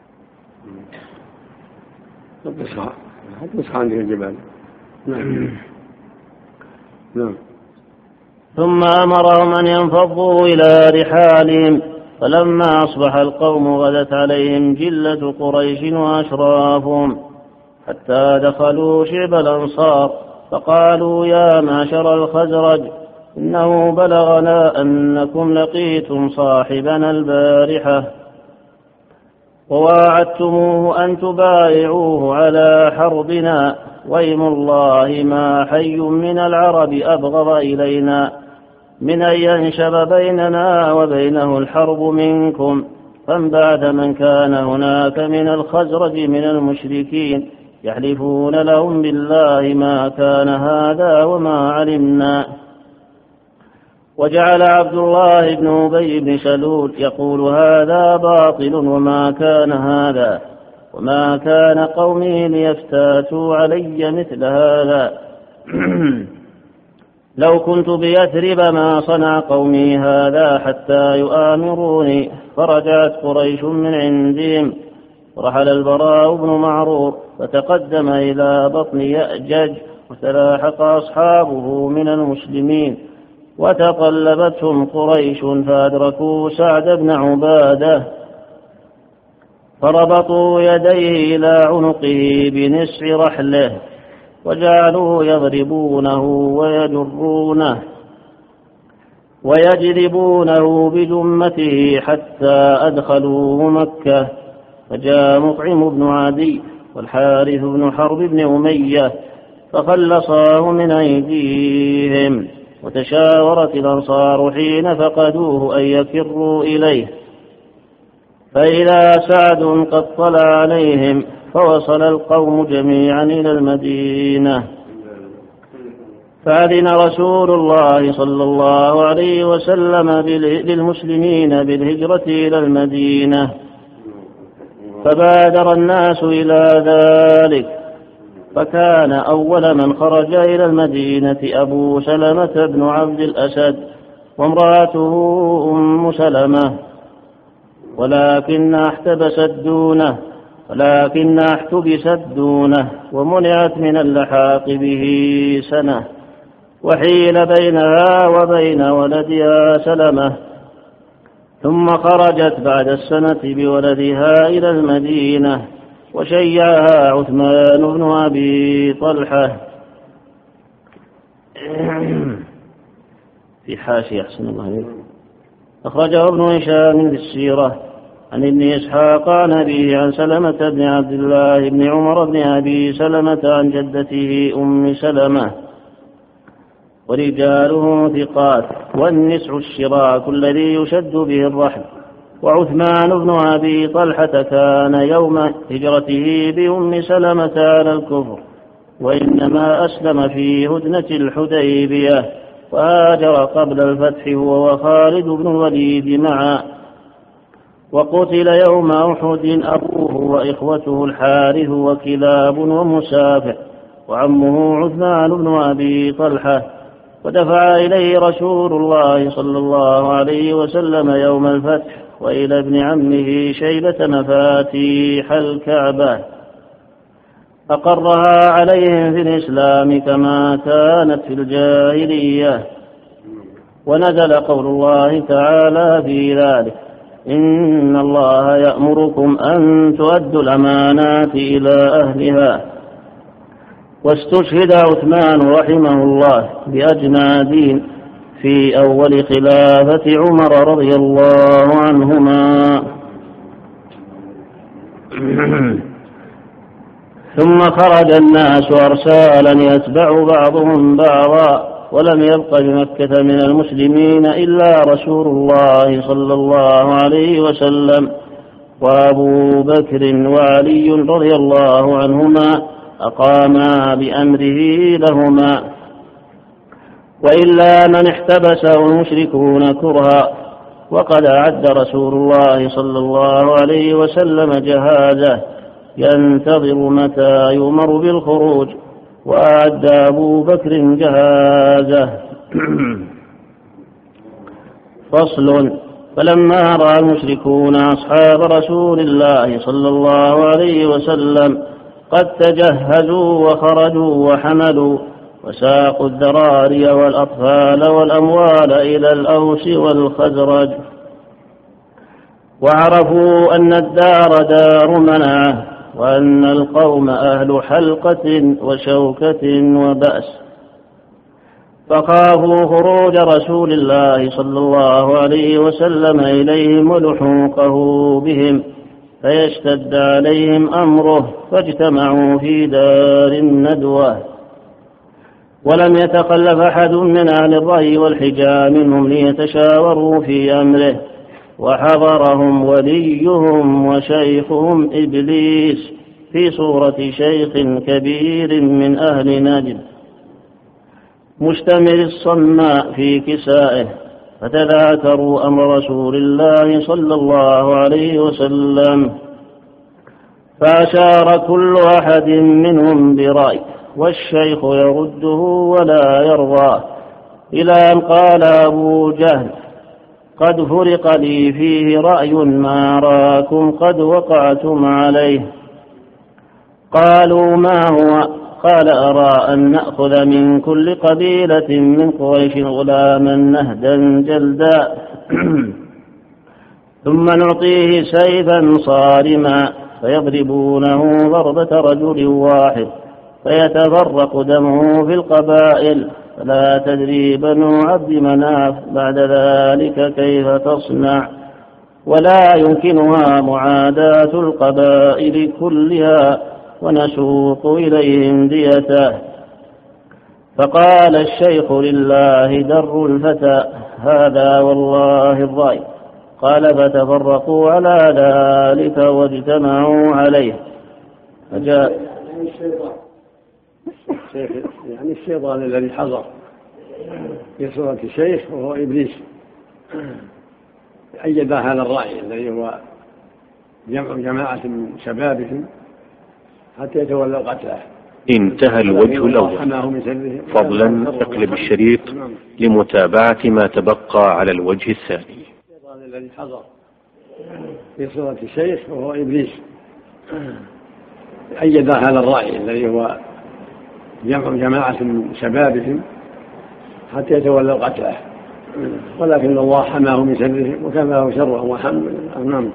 نسخة نسخة عندك الجبال. نعم. نعم. ثم أمرهم أن ينفضوا إلى رحالهم، فلما أصبح القوم غدت عليهم جلة قريش وأشرافهم حتى دخلوا شعب الأنصار، فقالوا يا معشر الخزرج إنه بلغنا أنكم لقيتم صاحبنا البارحة وواعدتموه أن تبايعوه على حربنا، وإيم الله ما حي من العرب أبغض إلينا من أن ينشب بيننا وبينه الحرب منكم. فانبعث من كان هناك من الخزرج من المشركين يحلفون لهم بالله ما كان هذا وما علمنا. وجعل عبد الله بن أبي بن سلول يقول هذا باطل وما كان هذا وما كان قومي ليفتاتوا علي مثل هذا. لو كنت بيثرب ما صنع قومي هذا حتى يؤامروني. فرجعت قريش من عندهم، ورحل البراء بن معرور فتقدم إلى بطن يأجج، وتلاحق أصحابه من المسلمين، وتقلبتهم قريش فأدركوا سعد بن عبادة فربطوا يديه إلى عنقه بنسع رحله وجعلوا يضربونه ويجرونه ويجذبونه بجمته حتى أدخلوه مكة. فجاء مطعم بن عدي والحارث بن حرب بن أمية فخلصاه من أيديهم، وتشاورت الأنصار حين فقدوه أن يفروا إليه، فإذا سعد قد طلع عليهم فوصل القوم جميعا إلى المدينة. فأذن رسول الله صلى الله عليه وسلم للمسلمين بالهجرة إلى المدينة، فبادر الناس إلى ذلك، فكان أول من خرج إلى المدينة أبو سلمة بن عبد الأسد وامرأته أم سلمة، ولكن احتبست دونه ولكن احتبست دونه ومنعت من اللحاق به سنة، وحيل بينها وبين ولدها سلمة، ثم خرجت بعد السنة بولدها إلى المدينة، وشيعها عثمان بن أبي طلحة. في حاشية أحسن الله عليك. أخرجه ابن هشام في السيرة عن ابن إسحاق عن أبيه عن سلمة بن عبد الله بن عمر بن أبي سلمة عن جدته أم سلمة، ورجاله ثقات، والنسع الشراك الذي يشد به الرحل. وعثمان بن أبي طلحة كان يوم هجرته بأم سلمة على الكفر، وإنما أسلم في هدنة الحديبية، وهاجر قبل الفتح هو وخالد بن الوليد معا. وقتل يوم أحد أبوه وإخوته الحارث وكلاب ومسافع وعمه عثمان بن أبي طلحة، ودفع إليه رسول الله صلى الله عليه وسلم يوم الفتح وإلى ابن عمه شيبة مفاتيح الكعبة، أقرها عليهم في الإسلام كما كانت في الجاهلية. ونزل قول الله تعالى في ذلك: إن الله يأمركم أن تؤدوا الأمانات إلى أهلها. واستشهد عثمان رحمه الله بأجنادين في أول خلافة عمر رضي الله عنهما. ثم خرج الناس أرسالا يتبع بعضهم بعضا، ولم يبق بمكة من المسلمين إلا رسول الله صلى الله عليه وسلم وأبو بكر وعلي رضي الله عنهما أقاما بأمره لهما، وإلا من احتبسه المشركون كرها. وقد أعد رسول الله صلى الله عليه وسلم جهازه ينتظر متى يؤمر بالخروج، وأعد أبو بكر جهازه. فصل: فلما رأى المشركون أصحاب رسول الله صلى الله عليه وسلم قد تجهزوا وخرجوا وحملوا وساقوا الذراري والأطفال والأموال إلى الأوس والخزرج، وعرفوا أن الدار دار منعه، وأن القوم أهل حلقة وشوكة وبأس، فخافوا خروج رسول الله صلى الله عليه وسلم إليهم ولحوقه بهم فيشتد عليهم أمره، فاجتمعوا في دار الندوة. ولم يتخلف أحد من أهل الرأي والحجة منهم ليتشاوروا في أمره، وحضرهم وليهم وشيخهم إبليس في صورة شيخ كبير من أهل نجد مشتمل الصماء في كسائه، فتذاكروا أمر رسول الله صلى الله عليه وسلم، فأشار كل أحد منهم برأي، والشيخ يرده ولا يرضى، إلى أن قال أبو جهل: قد فرق لي فيه رأي ما راكم قد وقعتم عليه. قالوا: ما هو؟ قال: أرى أن نأخذ من كل قبيلة من قريش غلاما نهدا جلدا ثم نعطيه سيفا صارما فيضربونه ضربة رجل واحد فيتفرق دمه في القبائل، فلا تدري بنو عبد مناف بعد ذلك كيف تصنع، ولا يمكنها معاداة القبائل كلها، ونسوق إليهم ديته. فقال الشيخ: لله در الفتى، هذا والله الرأي. قال: فتفرقوا على ذلك واجتمعوا عليه. فجاء يعني الشيطان الذي حضر في صورة الشيخ وهو إبليس أيد هذا الرأي الذي هو جمع جماعة من شبابهم حتى يتولوا قتله. انتهى الوجه الأول. فضلا اقلب الشريط لمتابعة ما تبقى على الوجه الثاني. الشيطان الذي حضر في صورة الشيخ وهو إبليس أيد هذا الرأي الذي هو جمع جماعة من شبابهم حتى يتولوا قتله، ولكن الله حماه من شرهم وكفاه شره وحمه. نعم.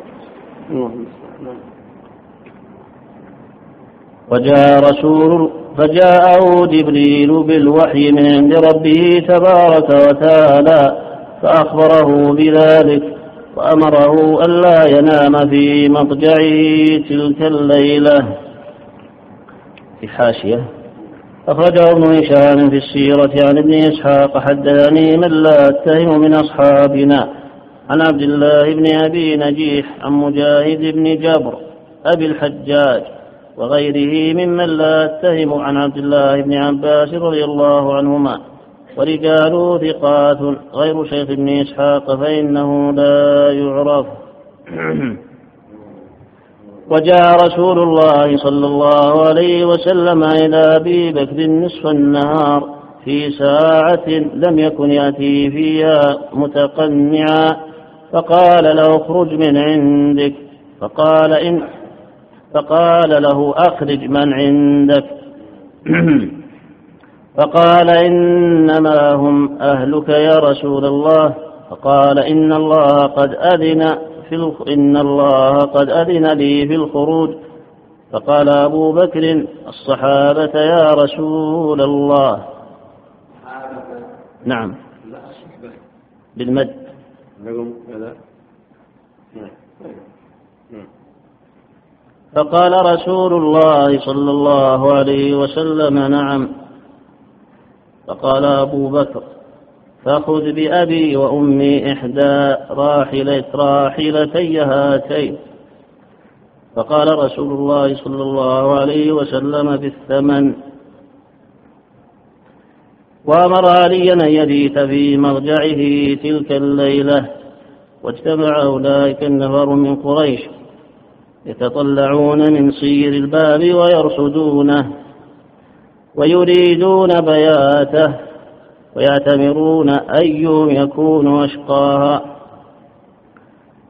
وجاء رسول فجاءه جبريل بالوحي من عند ربه تبارك وتعالى فأخبره بذلك، وأمره ألا ينام في مضجعه تلك الليلة. في حاشية: أخرجه ابن هشام في السيرة عن ابن إسحاق: حدثني من لا أتهم من أصحابنا عن عبد الله بن أبي نجيح عن مجاهد بن جبر أبي الحجاج وغيره ممن لا أتهم عن عبد الله بن عباس رضي الله عنهما، ورجاله ثقات غير شيخ ابن إسحاق فإنه لا يعرف. وجاء رسول الله صلى الله عليه وسلم إلى أبي بكر نصف النهار في ساعة لم يكن يأتي فيها متقنعا، فقال له: اخرج من عندك. فقال إن فقال له: أخرج من عندك. فقال: إنما هم أهلك يا رسول الله. فقال: إن الله قد أذن في إن الله قد أذن لي في الخروج. فقال أبو بكر: الصحابة يا رسول الله. نعم بالمد. فقال رسول الله صلى الله عليه وسلم: نعم. فقال أبو بكر: فخذ بأبي وأمي إحدى راحلة راحلتي هاتين. فقال رسول الله صلى الله عليه وسلم بالثمن، وأمر عليا أن يبيت في مضجعه تلك الليلة. واجتمع أولئك النفر من قريش يتطلعون من صير الباب ويرصدونه ويريدون بياته ويعتمرون أيهم يكون أشقاها.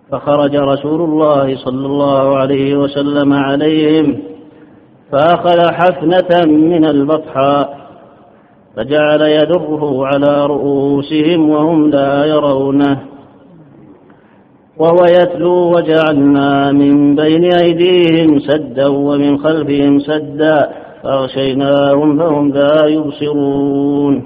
فخرج رسول الله صلى الله عليه وسلم عليهم فأخذ حفنة من البطحاء فجعل يدره على رؤوسهم وهم لا يرونه وهو يتلو وجعلنا من بين أيديهم سدا ومن خلفهم سدا فأغشيناهم فهم لا يبصرون.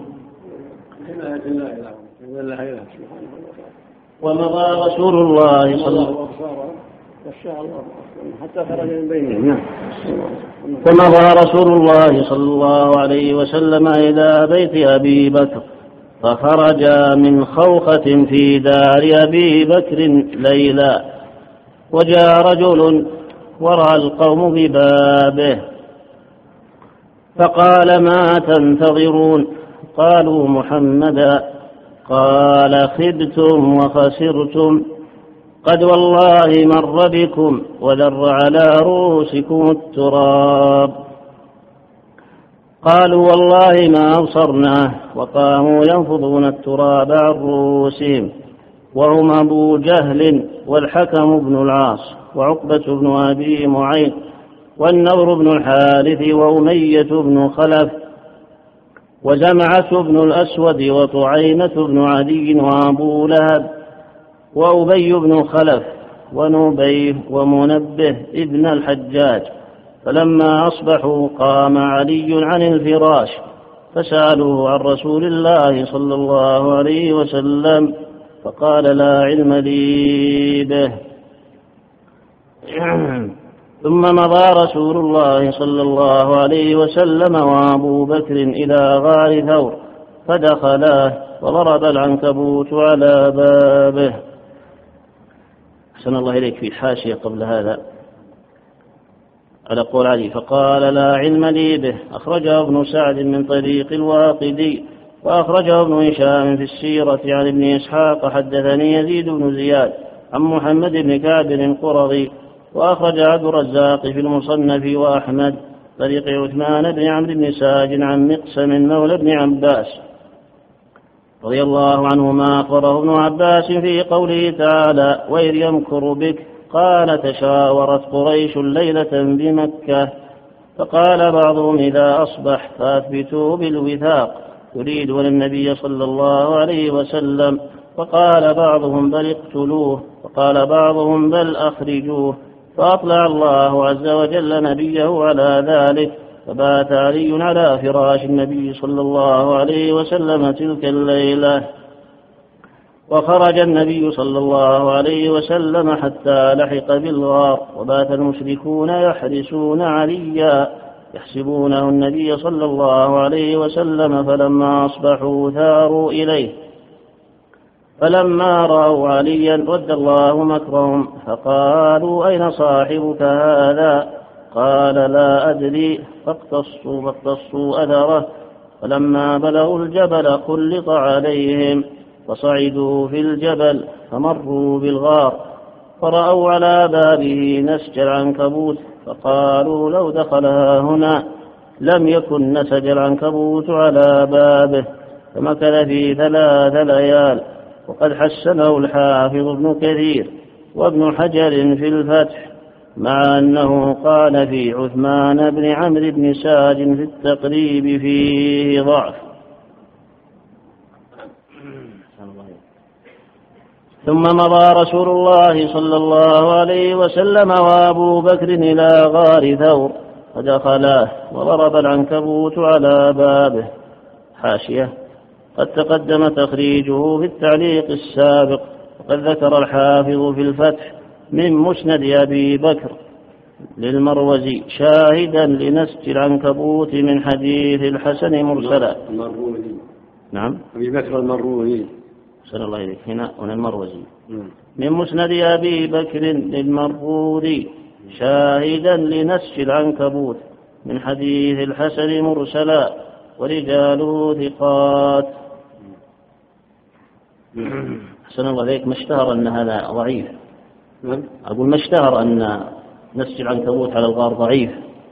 ومضى رسول الله صلى الله عليه وسلم حتى خرج من بينهم. ومضى رسول الله صلى الله عليه وسلم إلى بيت أبي بكر فخرج من خوخة في دار أبي بكر ليلا وجاء رجل ورأى القوم ببابه فقال ما تنتظرون؟ قالوا محمدا. قال خبتم وخسرتم قد والله مر بكم وذر على رؤوسكم التراب. قالوا والله ما أبصرناه وقاموا ينفضون التراب عن رؤوسهم وهم أبو جهل والحكم بن العاص وعقبة بن أبي معيط والنضر بن الحارث وأمية بن خلف وزمعة بن الأسود وطعينة بن عدي وأبو لهب وأبي بن خلف ونبيه ومنبه ابن الحجاج. فلما أصبحوا قام علي عن الفراش فسألوه عن رسول الله صلى الله عليه وسلم فقال لا علم لي به. ثم مضى رسول الله صلى الله عليه وسلم وأبو بكر إلى غار ثور فدخلاه وضرب العنكبوت على بابه. أحسن الله إليك في حاشية قبل هذا على قول علي فقال لا علم لي به. أخرجه ابن سعد من طريق الواقدي وأخرجه ابن هشام في السيرة عن ابن إسحاق حدثني يزيد بن زياد عن محمد بن كعب القرظي وأخرج عبد الرزاق في المصنف وأحمد طريق عثمان بن عمرو بن ساج عن مقسم مولى بن عباس رضي الله عنهما أخبره ابن عباس في قوله تعالى وإذ يمكر بك قال تشاورت قريش ليلة بمكة فقال بعضهم إذا أصبح فأثبتوا بالوثاق يريدون النبي صلى الله عليه وسلم فقال بعضهم بل اقتلوه وقال بعضهم بل أخرجوه فأطلع الله عز وجل نبيه على ذلك فبات علي على فراش النبي صلى الله عليه وسلم تلك الليلة. وخرج النبي صلى الله عليه وسلم حتى لحق بالغار وبات المشركون يحرسون عليا يحسبونه النبي صلى الله عليه وسلم فلما أصبحوا ثاروا إليه فلما رأوا عليا رد الله مكرهم فقالوا أين صاحبك هذا؟ قال لا أدري فاقتصوا فاقتصوا أثره فلما بلغوا الجبل خلط عليهم فصعدوا في الجبل فمروا بالغار فرأوا على بابه نسج العنكبوت فقالوا لو دخلها هنا لم يكن نسج العنكبوت على بابه فمكث في ثلاث ليال. وقد حسنه الحافظ ابن كثير وابن حجر في الفتح مع أنه قال في عثمان بن عمرو بن ساج في التقريب فيه ضعف. ثم مضى رسول الله صلى الله عليه وسلم وأبو بكر إلى غار ثور فدخلاه وضرب العنكبوت على بابه. حاشية قد تقدم تخريجه في التعليق السابق وقد ذكر الحافظ في الفتح من مسند أبي بكر للمروزي شاهدا لنسج العنكبوت من حديث الحسن مرسلا. نعم أبي بكر المروزي صلى الله عليه هنا هنا المروزي من مسند أبي بكر للمروزي شاهدا لنسج العنكبوت من حديث الحسن مرسلا ورجاله ثقات. أحسن الله عليك ما اشتهر أن هذا ضعيف. أقول ما اشتهر أن نسج العنكبوت على الغار ضعيف.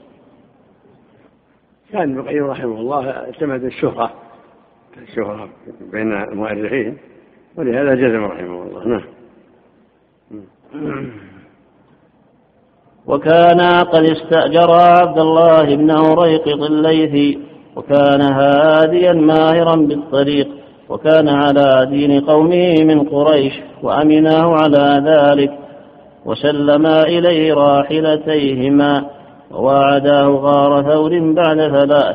كان ابن القيم رحمه الله اعتمد الشهرة الشهرة بين المؤرخين ولهذا جزم رحمه الله. نعم. وكان قد استأجر عبد الله بن أريقط الليثي، وكان هاديا ماهرا بالطريق، وكان على دين قومه من قريش، وأمناه على ذلك، وسلما إليه راحلتيهما، وواعداه غار ثور بعد ثلاث.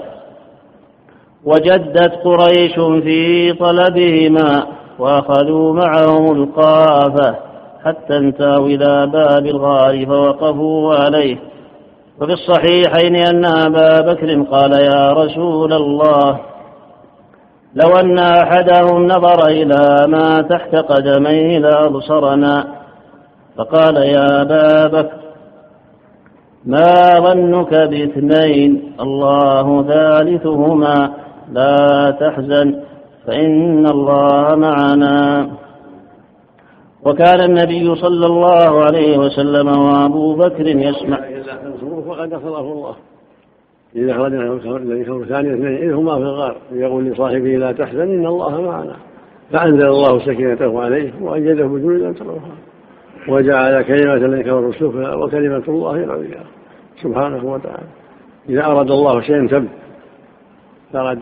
وجدت قريش في طلبهما، وأخذوا معهم القافة حتى انتهوا إلى باب الغار فوقفوا عليه. وفي الصحيحين أن أبا بكر قال: يا رسول الله، لو أن أحدهم نظر إلى ما تحت قدميه لأبصرنا. فقال: يا أبا بكر، ما ظنك باثنين الله ثالثهما، لا تحزن فإن الله معنا. وكان النبي صلى الله عليه وسلم وأبو بكر يسمع. فقد نصره الله إذا أخرجنا الذي كفر ثاني اثنين إذ هما في الغار يقول لصاحبه: لا تحزن إن الله معنا. فأنزل الله سكينته عليه وأيده بجنود لم تروها، وجعل كلمة الذين كفروا السفلى وكلمة الله العليا سبحانه وتعالى. إذا أراد الله شيئا ثبت فقد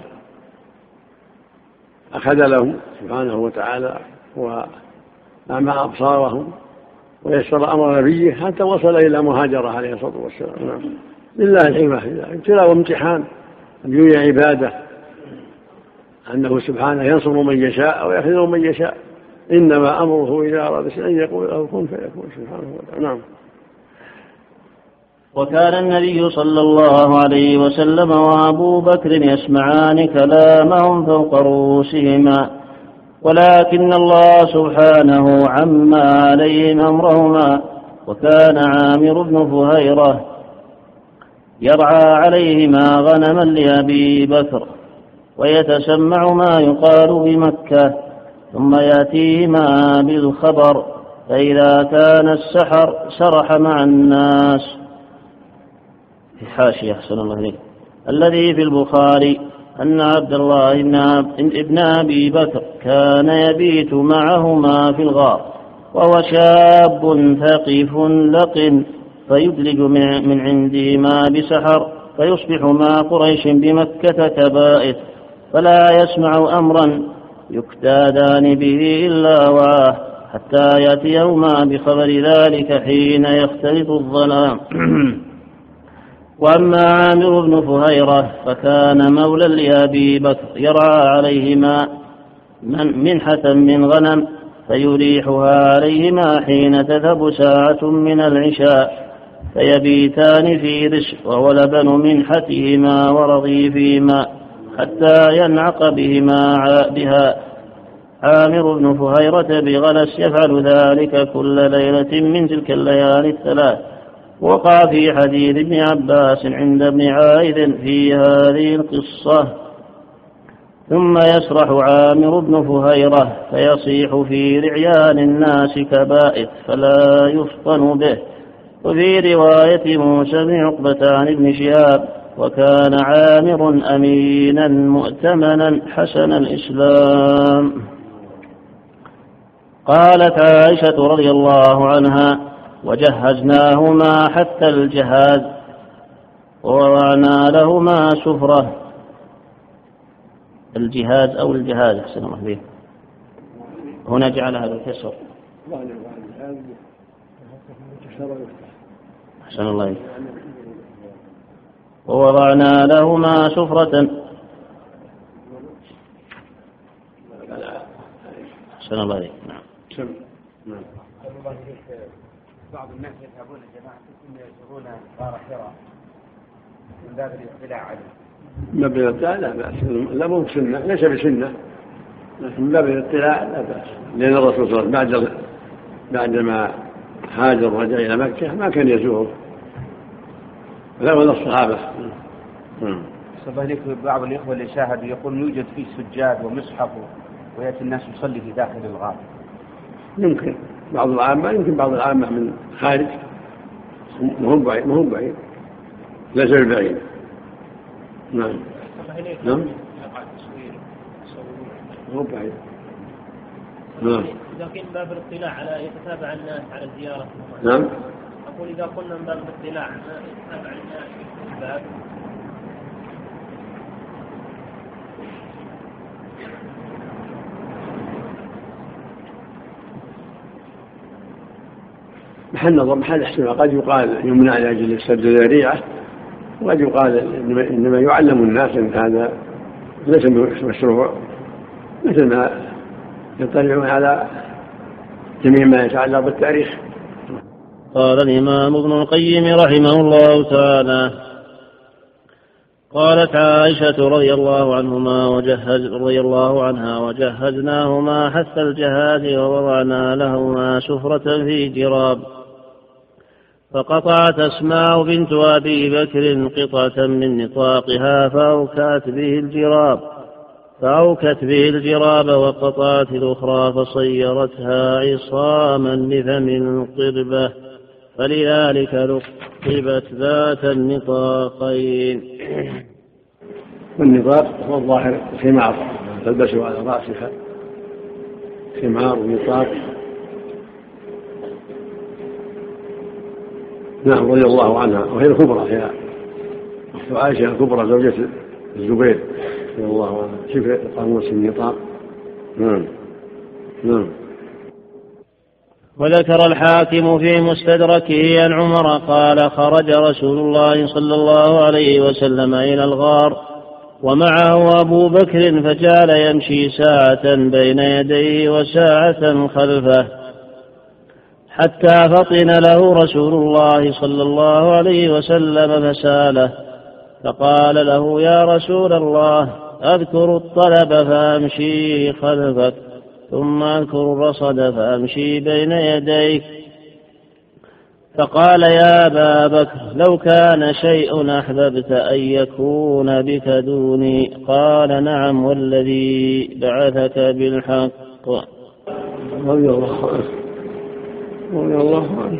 أخذ لهم سبحانه وتعالى وأعمى أبصارهم ويسر أمر نبيه حتى وصل إلى مهاجرة عليه الصلاة والسلام. نعم. لله الحكمة، ابتلاء وامتحان بيوم عباده، أنه سبحانه ينصر من يشاء أو يخذل من يشاء، إنما أمره إذا أراد شيئا أن يقول له كن فيكون سبحانه وتعالى. نعم. وكان النبي صلى الله عليه وسلم وأبو بكر يسمعان كلامهم فوق رؤوسهما، ولكن الله سبحانه عمى عليهم أمرهما. وكان عامر بن فهيرة يرعى عليهما غنما لأبي بكر، ويتسمع ما يقال بمكة، ثم يأتيهما بالخبر، فإذا كان السحر سرح مع الناس. في حاشية أحسن الله إليك الذي في البخاري أن عبد الله ابن أبي بكر كان يبيت معهما في الغار، وهو شاب ثقيف لق، فيدلج من عندهما بسحر، فيصبح مع قريش بمكة كبائت، فلا يسمع أمرا يكتادان به إلا وعاه، حتى يأتيهما بخبر ذلك حين يختلط الظلام. وأما عامر بن فهيرة فكان مولى لأبي بكر يرعى عليهما من منحة من غنم، فيريحها عليهما حين تذهب ساعة من العشاء، فيبيتان في رشق، وهو لبن منحتهما ورضيفهما، حتى ينعق بهما بها. عامر بن فهيرة بغلس يفعل ذلك كل ليلة من تلك الليالي الثلاث. وقع في حديث ابن عباس عند ابن عائذ في هذه القصة: ثم يسرح عامر بن فهيرة فيصيح في رعيان الناس كبائت، فلا يفطن به. وفي رواية موسى بن عقبة عن ابن شهاب: وكان عامر أمينا مؤتمنا حسن الإسلام. قالت عائشة رضي الله عنها: وجهزناهما حتى الجهاز، ووضعنا لهما سفرة. الجهاز أو الجهاز أحسن الله به، هنا جعلها بالكسر. أحسن الله به. ووضعنا لهما سفرة. أحسن الله به. نعم. بعض الناس يذهبون الجماعة ثم يزورون غار حراء من باب الاطلاع عليه. من باب الاطلاع لا بأس، لا مو بسنة، ليس بسنة، لكن من باب الاطلاع لا بأس، لأن الرسول صلى الله عليه وسلم بعد بعدما هاجر ورجع إلى مكة ما كان يزور، لا ولا الصحابة. صباح بعض الإخوة اللي شاهدوا يقول يوجد فيه سجاد ومصحف ويأتي الناس يصلي في داخل الغار. يمكن بعض العامة، يمكن بعض العامة من خارج، مهم بعيد مهم بعيد ليس بالبعيد. نعم نعم مهم بعيد. نعم. إذا كان باب الاطلاع على يتتابع الناس على الزيارة. نعم. أقول إذا قلنا من باب الاطلاع يتتابع الناس في الباب. محل نظر محل احتمال، قد يقال يمنع لأجل سد الذريعة، وقد يقال إنما يعلم الناس أن هذا ليس مشروع، مثل ما يطلعون على جميع ما يتعلق بالتاريخ. قال الإمام ابن القيم رحمه الله تعالى: قالت عائشة رضي الله عنهما وجهز رضي الله عنها وجهزناهما حتى الجهاد ووضعنا لهما سفرة في جراب، فقطعت أسماء بنت أبي بكر قطعة من نطاقها فأوكت به الجراب فأوكت به الجراب وقطعت الأخرى فصيرتها عصاما لفم القربة، فلذلك لقبت ذات النطاقين. والنطاق هو الظاهر خمار تلبسه على رأسها، خمار ونطاق. نعم رضي الله عنها، وهي الكبرى، هي أخت عائشة الكبرى زوجة الزبير رضي الله عنها، شوف قاموس النطاق. نعم نعم. وذكر الحاكم في مستدركه عن عمر قال: خرج رسول الله صلى الله عليه وسلم إلى الغار ومعه أبو بكر، فجعل يمشي ساعة بين يديه وساعة خلفه، حتى فطن له رسول الله صلى الله عليه وسلم فساله، فقال له: يا رسول الله، أذكر الطلب فأمشي خلفك، ثم أذكر الرصد فأمشي بين يديك. فقال: يا أبا بكر، لو كان شيء أحببت أن يكون بك دوني. قال: نعم والذي بعثك بالحق. رضي الله عنه رضي الله عنه.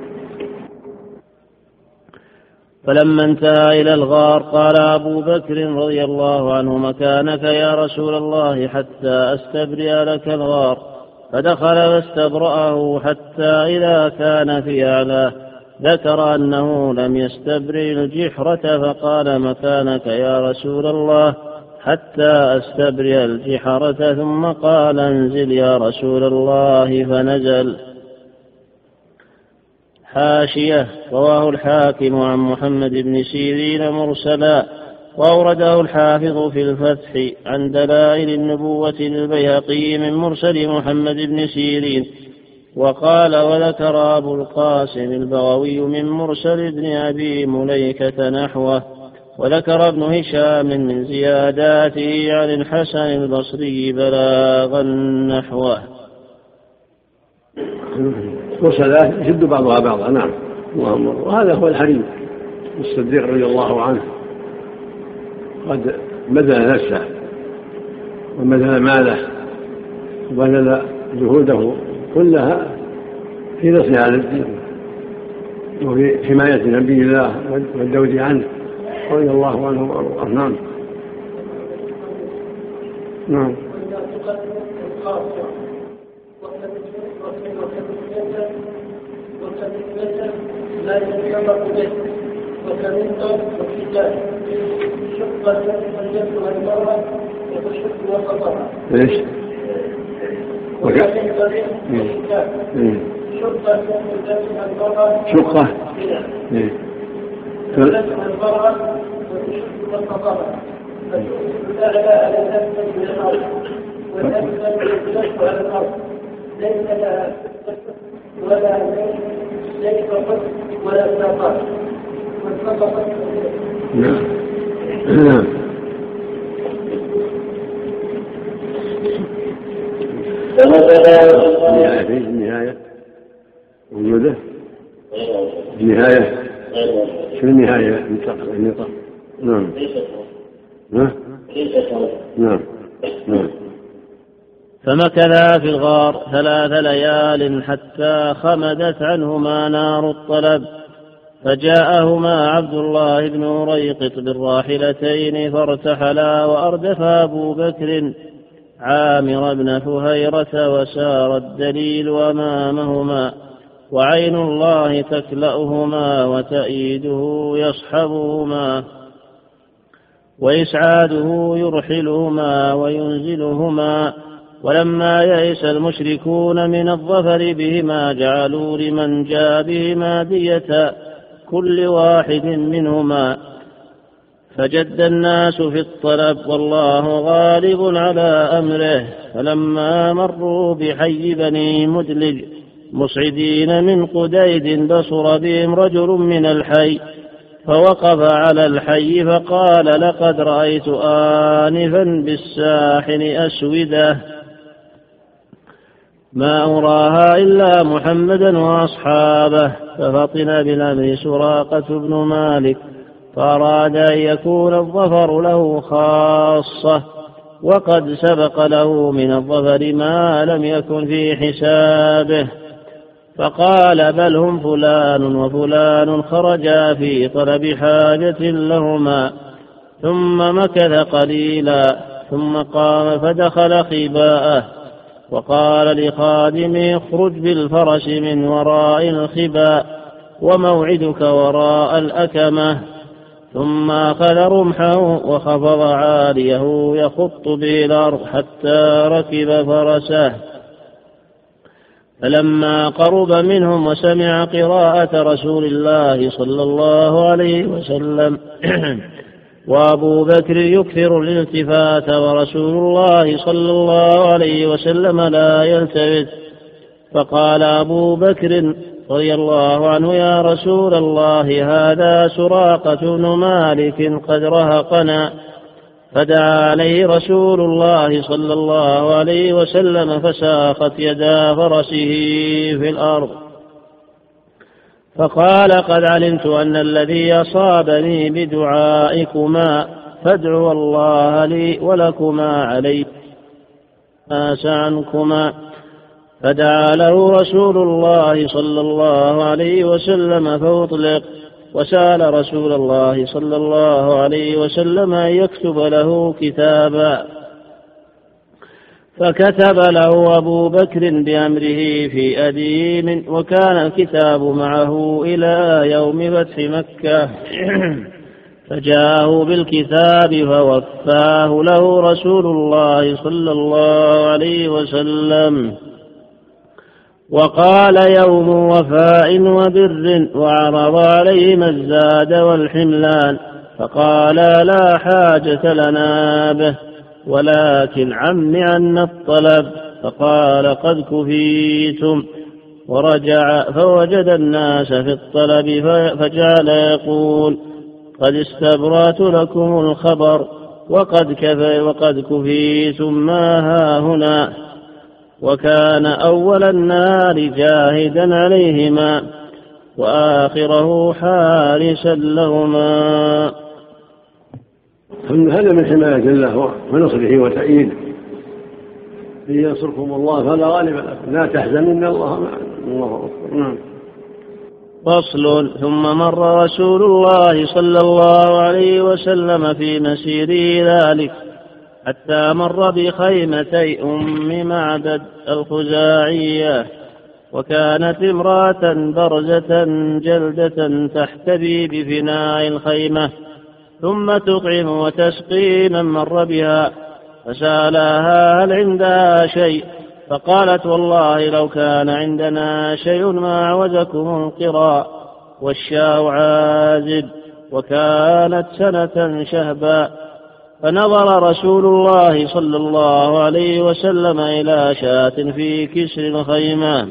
فلما انتهى إلى الغار قال أبو بكر رضي الله عنه: مكانك يا رسول الله حتى أستبرئ لك الغار. فدخل واستبرأه حتى إذا كان في أعلاه ذكر أنه لم يستبرئ الجحرة، فقال: مكانك يا رسول الله حتى أستبرئ الجحرة. ثم قال: انزل يا رسول الله، فنزل. حاشية: رواه الحاكم عن محمد بن سيرين مرسلا، وأورده الحافظ في الفتح عن دلائل النبوة للبيهقي من مرسل محمد بن سيرين. وقال: وذكر أبو القاسم البغوي من مرسل ابن أبي مليكة نحوه. وذكر ابن هشام من زياداته عن الحسن البصري بلاغا نحوه. مرسلات يشد بعضها بعضا. نعم. وهذا هو الحريم. الصديق رضي الله عنه قد بذل نفسه وبذل ماله وبذل جهوده كلها في نصرها على الدين وفي حماية نبي الله والذود عنه رضي الله عنه وارضاه. نعم نعم. لا يتشرف به وكمنطق وكتاب شقة فليكن المرأة وتشق وسطها. ايش؟ وكمنطق وكتاب شقة فليكن المرأة شقة فليكن المرأة وتشق وسطها، فتؤمن الأعلى على الأسفل من الأرض والأسفل يتشق على الأرض، ليس لها ولا ليس قط ولا ساقات وانتقصت. نعم نعم. النهاية النهاية موجودة. النهاية شو النهاية النطاق؟ نعم نعم نعم نعم. فمكثا في الغار ثلاث ليال حتى خمدت عنهما نار الطلب، فجاءهما عبد الله بن ريقط بالراحلتين فارتحلا، وأردف أبو بكر عامر بن فهيرة وسار الدليل أمامهما وعين الله تكلأهما وتأييده يصحبهما وإسعاده يرحلهما وينزلهما. ولما يئس المشركون من الظفر بهما جعلوا لمن جاء بهما دية كل واحد منهما، فجد الناس في الطلب والله غالب على أمره. فلما مروا بحي بني مدلج مصعدين من قديد بصر بهم رجل من الحي فوقف على الحي فقال لقد رأيت آنفا بالساحل أسودة ما أراها إلا محمدا وأصحابه. ففطن بالأمر سراقة بن مالك فأراد أن يكون الظفر له خاصة وقد سبق له من الظفر ما لم يكن في حسابه، فقال بل هم فلان وفلان خرجا في طلب حاجة لهما. ثم مكث قليلا ثم قام فدخل خباءه وقال لخادمه اخرج بالفرس من وراء الخباء وموعدك وراء الأكمة. ثم أخذ رمحه وخفض عاليه يخط به الأرض حتى ركب فرسه. فلما قرب منهم وسمع قراءة رسول الله صلى الله عليه وسلم وأبو بكر يكثر الالتفات ورسول الله صلى الله عليه وسلم لا يلتفت، فقال أبو بكر رضي الله عنه يا رسول الله هذا سراقة بن مالك قد رهقنا. فدعا عليه رسول الله صلى الله عليه وسلم فساقت يدا فرسه في الأرض، فقال قد علمت أن الذي أصابني بدعائكما فادعوا الله لي ولكما علي آس عنكما. فدعا له رسول الله صلى الله عليه وسلم فأطلق، وسأل رسول الله صلى الله عليه وسلم أن يكتب له كتابا، فكتب له أبو بكر بأمره في أديم، وكان الكتاب معه إلى يوم فتح مكة. فجاءه بالكتاب فوفاه له رسول الله صلى الله عليه وسلم وقال يوم وفاء وبر، وعرض عليهم الزاد والحملان فقال لا حاجة لنا به ولكن عم عنا الطلب. فقال قد كفيتم، ورجع فوجد الناس في الطلب فجعل يقول قد استبرأت لكم الخبر وقد كفي وقد كفيتم ما ها هنا. وكان أول النار جاهدا عليهما وآخره حارسا لهما. هذا من حماية الله ونصره وتأييده، إن ينصركم الله فلا غالب لكم لا تحزن إن الله معنا. نعم. فصل. ثم مر رسول الله صلى الله عليه وسلم في مسيره ذلك حتى مر بخيمتي أم معبد الخزاعية، وكانت امرأة برزة جلدة تحتبي بفناء الخيمة ثم تطعم وتسقي من مر بها، فسألها هل عندها شيء؟ فقالت والله لو كان عندنا شيء ما عوزكم القراء والشاء عازب، وكانت سنة شهبا. فنظر رسول الله صلى الله عليه وسلم إلى شاة في كسر الخيمة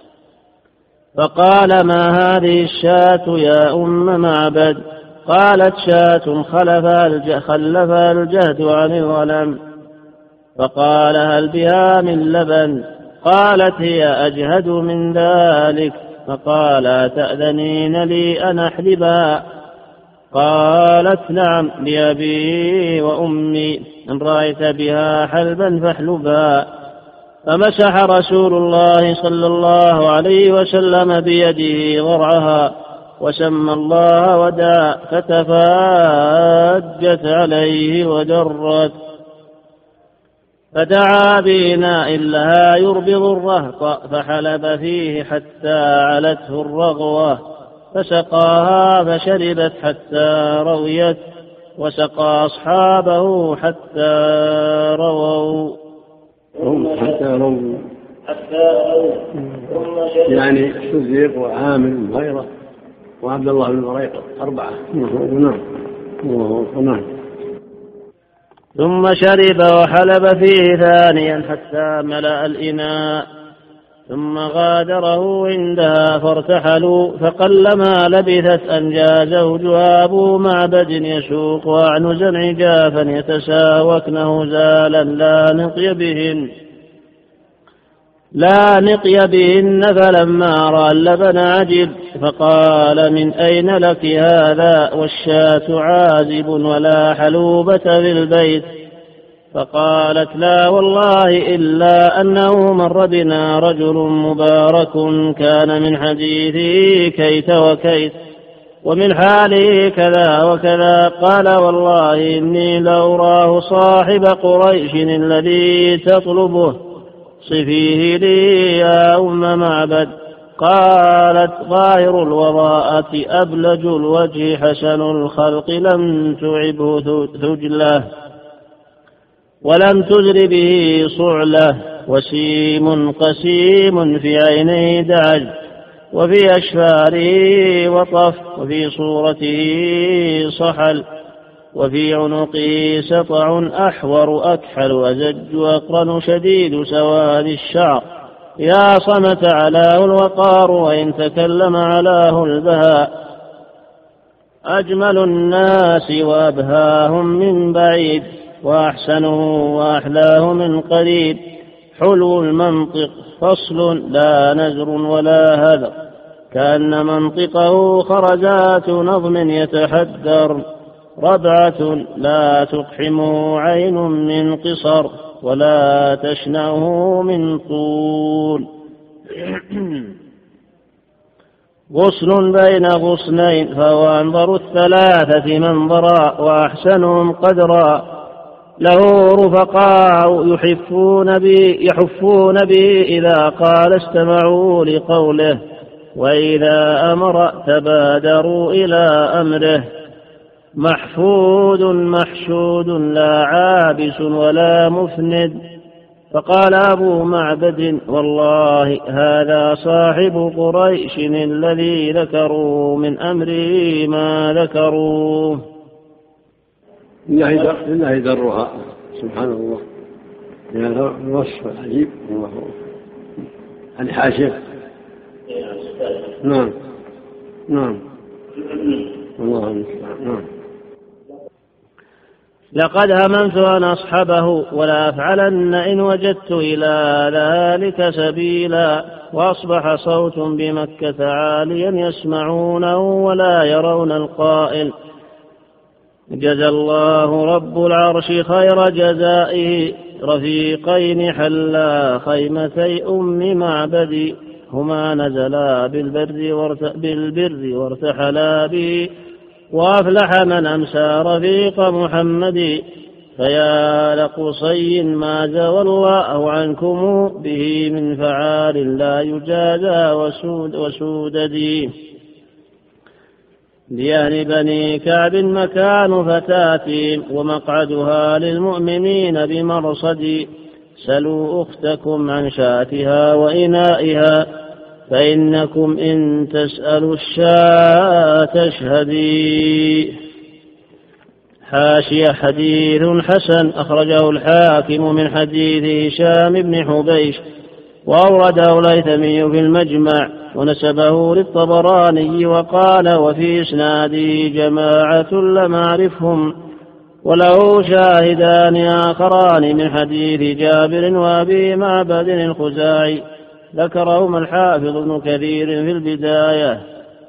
فقال ما هذه الشاة يا أم معبد؟ قالت شاة خلفها الجهد عن الغنم. فقال هل بها من لبن؟ قالت هي أجهد من ذلك. فقال تأذنين لي أن أحلبها؟ قالت نعم لأبي وأمي، إن رأيت بها حلبا فاحلبها. فمسح رسول الله صلى الله عليه وسلم بيده ضرعها وسمى الله ودعا، فتفاجت عليه ودرت. فدعا بإناء لها يربض الرهط فحلب فيه حتى علته الرغوة فسقاها فشربت حتى رويت وسقى أصحابه حتى رووا حتى رووا حتى رووا ثم شرب يعني الصديق وعامر وغيره وعبد الله بن مريقة أربعة. نعم نعم. ثم شرب وحلب فيه ثانيا حتى ملأ الإناء ثم غادره عندها فارتحلوا فقلما لبثت أن جاء زوجها أبو معبد يشوق أعنزا عجافا يتساوكن هزالا لا نقي بهن لا نقي بهن فلما رأى اللبن عجب فقال من أين لك هذا والشاة عازب ولا حلوبة في البيت فقالت لا والله إلا أنه مر بنا رجل مبارك كان من حديثه كيت وكيت ومن حاله كذا وكذا قال والله إني لأراه صاحب قريش الذي تطلبه صفيه لي يا أم معبد. قالت ظاهر الوضاءة أبلج الوجه حسن الخلق لم تعبه ثجله ولم تزر به صعله وسيم قسيم في عينيه دعج وفي أشفاره وطف وفي صورته صحل وفي عنقه سطع أحور أكحل أزج أقرن شديد سواد الشعر يا صمت علاه الوقار وإن تكلم علاه البهاء أجمل الناس وأبهاهم من بعيد وأحسنه وأحلاه من قريب حلو المنطق فصل لا نزر ولا هذر كأن منطقه خرجات نظم يتحدر ربعة لا تقحمه عين من قصر ولا تشنعه من طول غصن بين غصنين فهو أنظر الثلاثة منظرا وأحسنهم قدرا له رفقاء يحفون به, يحفون به إذا قال استمعوا لقوله وإذا أمر تبادروا إلى أمره محفوظ محشود لا عابس ولا مفند. فقال أبو معبد والله هذا صاحب قريش الذي ذكروا من أمره ما ذكروه. لله درها سبحان الله هذا الوصف العجيب الحاشية. نعم نعم الله المستعان. نعم. لقد هممت أن أصحبه ولا أفعلن إن وجدت إلى ذلك سبيلا. وأصبح صوت بمكة عاليا يسمعونه ولا يرون القائل جزى الله رب العرش خير جزائه رفيقين حلا خيمتي أم معبد هما نزلا بالبر, وارت... بالبر وارتحلا به وأفلح من أمسى رفيق محمد. فيا لقصي ما زوى الله عنكم به من فعال لا يجازى وسود وسوددي. لأهل بني كعب مكان فتاتهم ومقعدها للمؤمنين بمرصد. سلوا أختكم عن شاتها وإنائها فإنكم إن تسألوا الشاة تشهدي. حاشية حديث حسن أخرجه الحاكم من حديث هشام بن حبيش وأورده الهيثمي في المجمع ونسبه للطبراني وقال وفي إسناده جماعة لم أعرفهم وله شاهدان آخران من حديث جابر وأبي معبد الخزاعي ذكرهما الحافظ ابن كثير في البداية.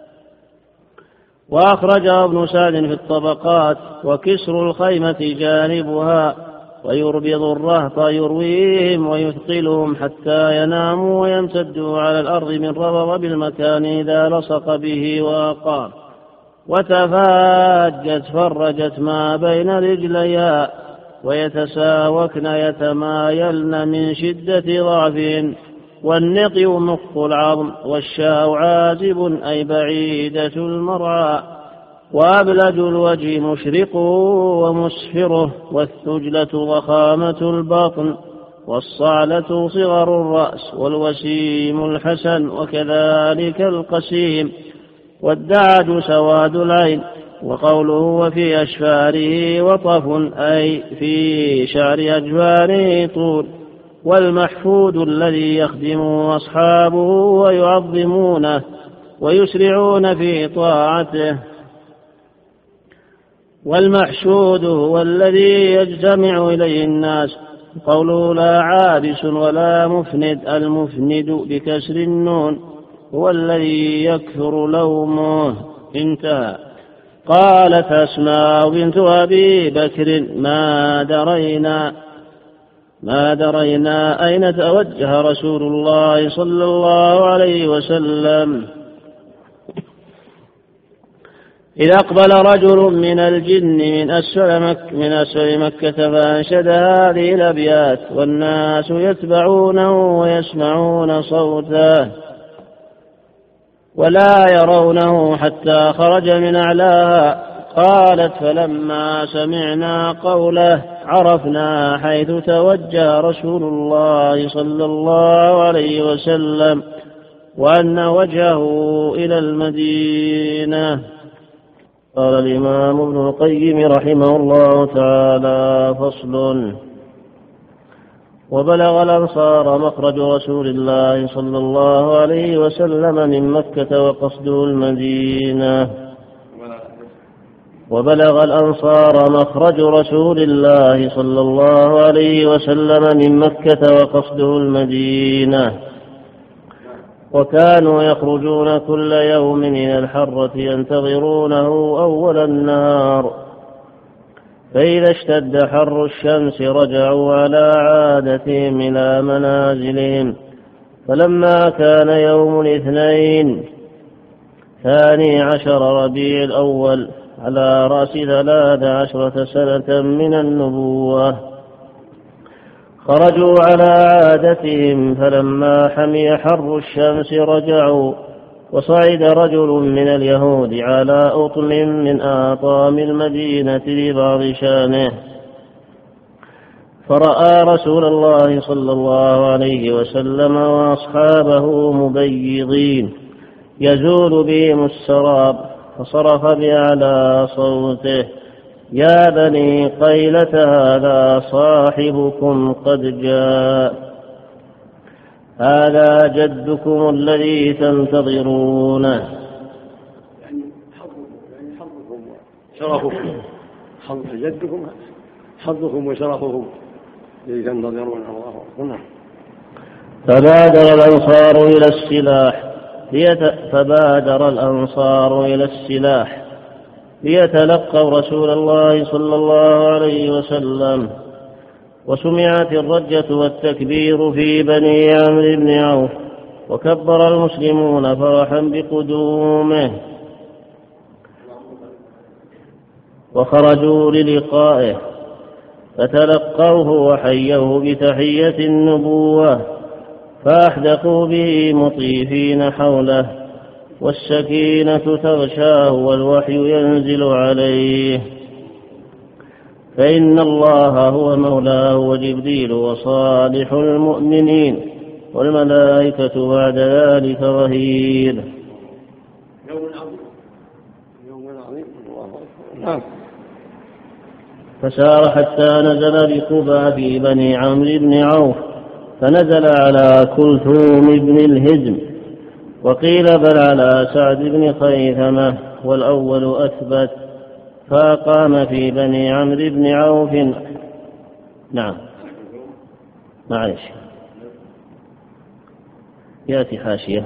وأخرجه ابن سعد في الطبقات. وكسر الخيمة جانبها ويربض الرهط يرويهم ويثقلهم حتى يناموا ويمتدوا على الأرض من ربض بالمكان إذا لصق به وأقام. وتفاجت فرجت ما بين رجليها ويتساوكن يتمايلن من شدة ضعف. والنقي مخ العظم، والشاء عازب أي بعيدة المرعى. وأبلج الوجه مشرق ومسفره، والثجلة ضخامة البطن، والصعلة صغر الرأس، والوسيم الحسن، وكذلك القسيم. والدعد سواد العين. وقوله وفي أشفاره وطف أي في شعر أجفانه طول. والمحفود الذي يخدمه أصحابه ويعظمونه ويسرعون في طاعته. والمحشود هو الذي يجتمع إليه الناس. قوله لا عابس ولا مفند، المفند بكسر النون هو الذي يكثر لومه. انتهى. قالت أسماء بنت أبي بكر ما درينا ما درينا أين توجه رسول الله صلى الله عليه وسلم إذا أقبل رجل من الجن من أسفل مكة, من أسفل مكة فأنشد هذه الأبيات، والناس يتبعونه ويسمعون صوته ولا يرونه حتى خرج من أعلاها. قالت فلما سمعنا قوله عرفنا حيث توجه رسول الله صلى الله عليه وسلم، وأن وجهه إلى المدينة. قال الإمام ابن القيم رحمه الله تعالى: فصل. وبلغ الأنصار مخرج رسول الله صلى الله عليه وسلم من مكة وقصده المدينة. وبلغ الأنصار مخرج رسول الله صلى الله عليه وسلم من مكة وقصده المدينة، وكانوا يخرجون كل يوم إلى الحرة ينتظرونه أول النهار، فإذا اشتد حر الشمس رجعوا على عادتهم إلى منازلهم. فلما كان يوم الاثنين ثاني عشر ربيع الأول على رأس ثلاث عشرة سنة من النبوة خرجوا على عادتهم، فلما حمي حر الشمس رجعوا. وصعد رجل من اليهود على أطل من آطام المدينة لبعض شانه، فرأى رسول الله صلى الله عليه وسلم وأصحابه مبيضين يزول بهم السراب، فصرخ بأعلى صوته: يا بني قيلة هذا صاحبكم قد جاء، هذا جدكم الذي تنتظرونه. يعني حظكم وشرفكم، حظ جدكم حظكم وشرفكم الذي تنتظرونه. الله أكبر. فبادر الأنصار إلى السلاح ليت... فبادر الأنصار إلى السلاح ليتلقوا رسول الله صلى الله عليه وسلم. وسمعت الرجة والتكبير في بني عمرو بن عوف، وكبر المسلمون فرحا بقدومه، وخرجوا للقائه فتلقوه وحيوه بتحية النبوة، فأحدقوا به مطيفين حوله، والسكينة تغشاه والوحي ينزل عليه، فإن الله هو مولاه وجبريل وصالح المؤمنين والملائكة بعد ذلك ظهير. يوم عظيم يوم عظيم. الله. فسار حتى نزل بقبى في بني عمرو بن عوف، فنزل على كلثوم بن الهزم، وقيل بل على سعد بن خيثمة، والأول أثبت. فأقام في بني عمرو بن عوف. نعم معلش يأتي حاشية.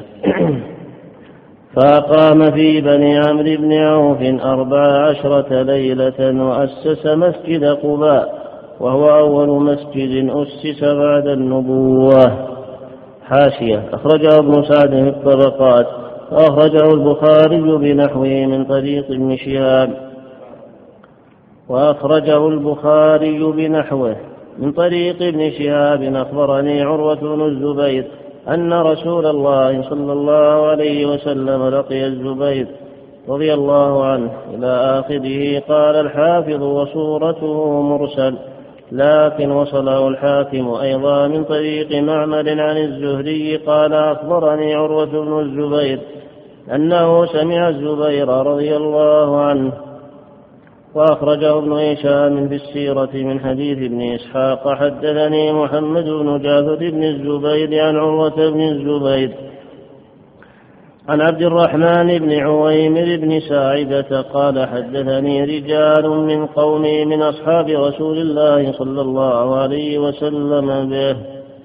فأقام في بني عمرو بن عوف أربع عشرة ليلة، وأسس مسجد قباء، وهو أول مسجد أسس بعد النبوة. حاشية. أخرجه ابن سعد في الطبقات، وأخرجه البخاري بنحوه من طريق ابن شهاب. وأخرجه البخاري بنحوه من طريق ابن شهاب أخبرني عروة بن الزبير أن رسول الله صلى الله عليه وسلم لقي الزبير رضي الله عنه إلى آخره. قال الحافظ وصورته مرسل، لكن وصله الحاكم أيضا من طريق معمر عن الزهري قال أخبرني عروة بن الزبير أنه سمع الزبير رضي الله عنه. وأخرجه ابن هشام في السيرة من حديث ابن إسحاق حدثني محمد بن جعفر بن الزبير عن عروة بن الزبير عن عبد الرحمن بن عويمر بن ساعدة قال حدثني رجال من قومي من أصحاب رسول الله صلى الله عليه وسلم به.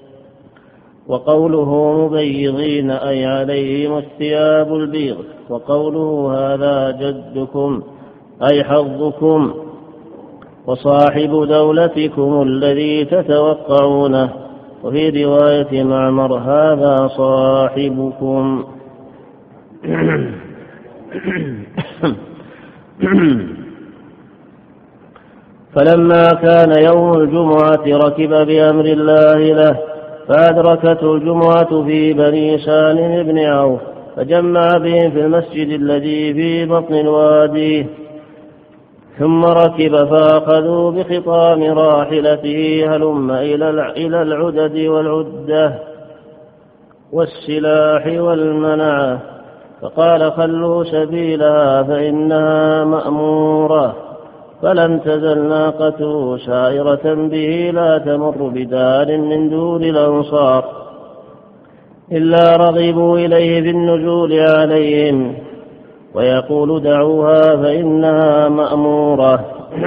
وقوله مبيضين أي عليهم الثياب البيض، وقوله هذا جدكم أي حظكم وصاحب دولتكم الذي تتوقعونه. وفي رواية معمر هذا صاحبكم. فلما كان يوم الجمعة ركب بأمر الله له، فأدركته الجمعة في بني سالم بن عوف، فجمع بهم في المسجد الذي في بطن الوادي، ثم ركب فأخذوا بخطام راحلته هلم إلى العدد والعدة والسلاح والمنعة، فقال خلوا سبيلها فإنها مأمورة. فلم تزل ناقته سائرة به لا تمر بدار من دور الأنصار إلا رغبوا إليه بالنزول عليهم ويقول دعوها فإنها مأمورة.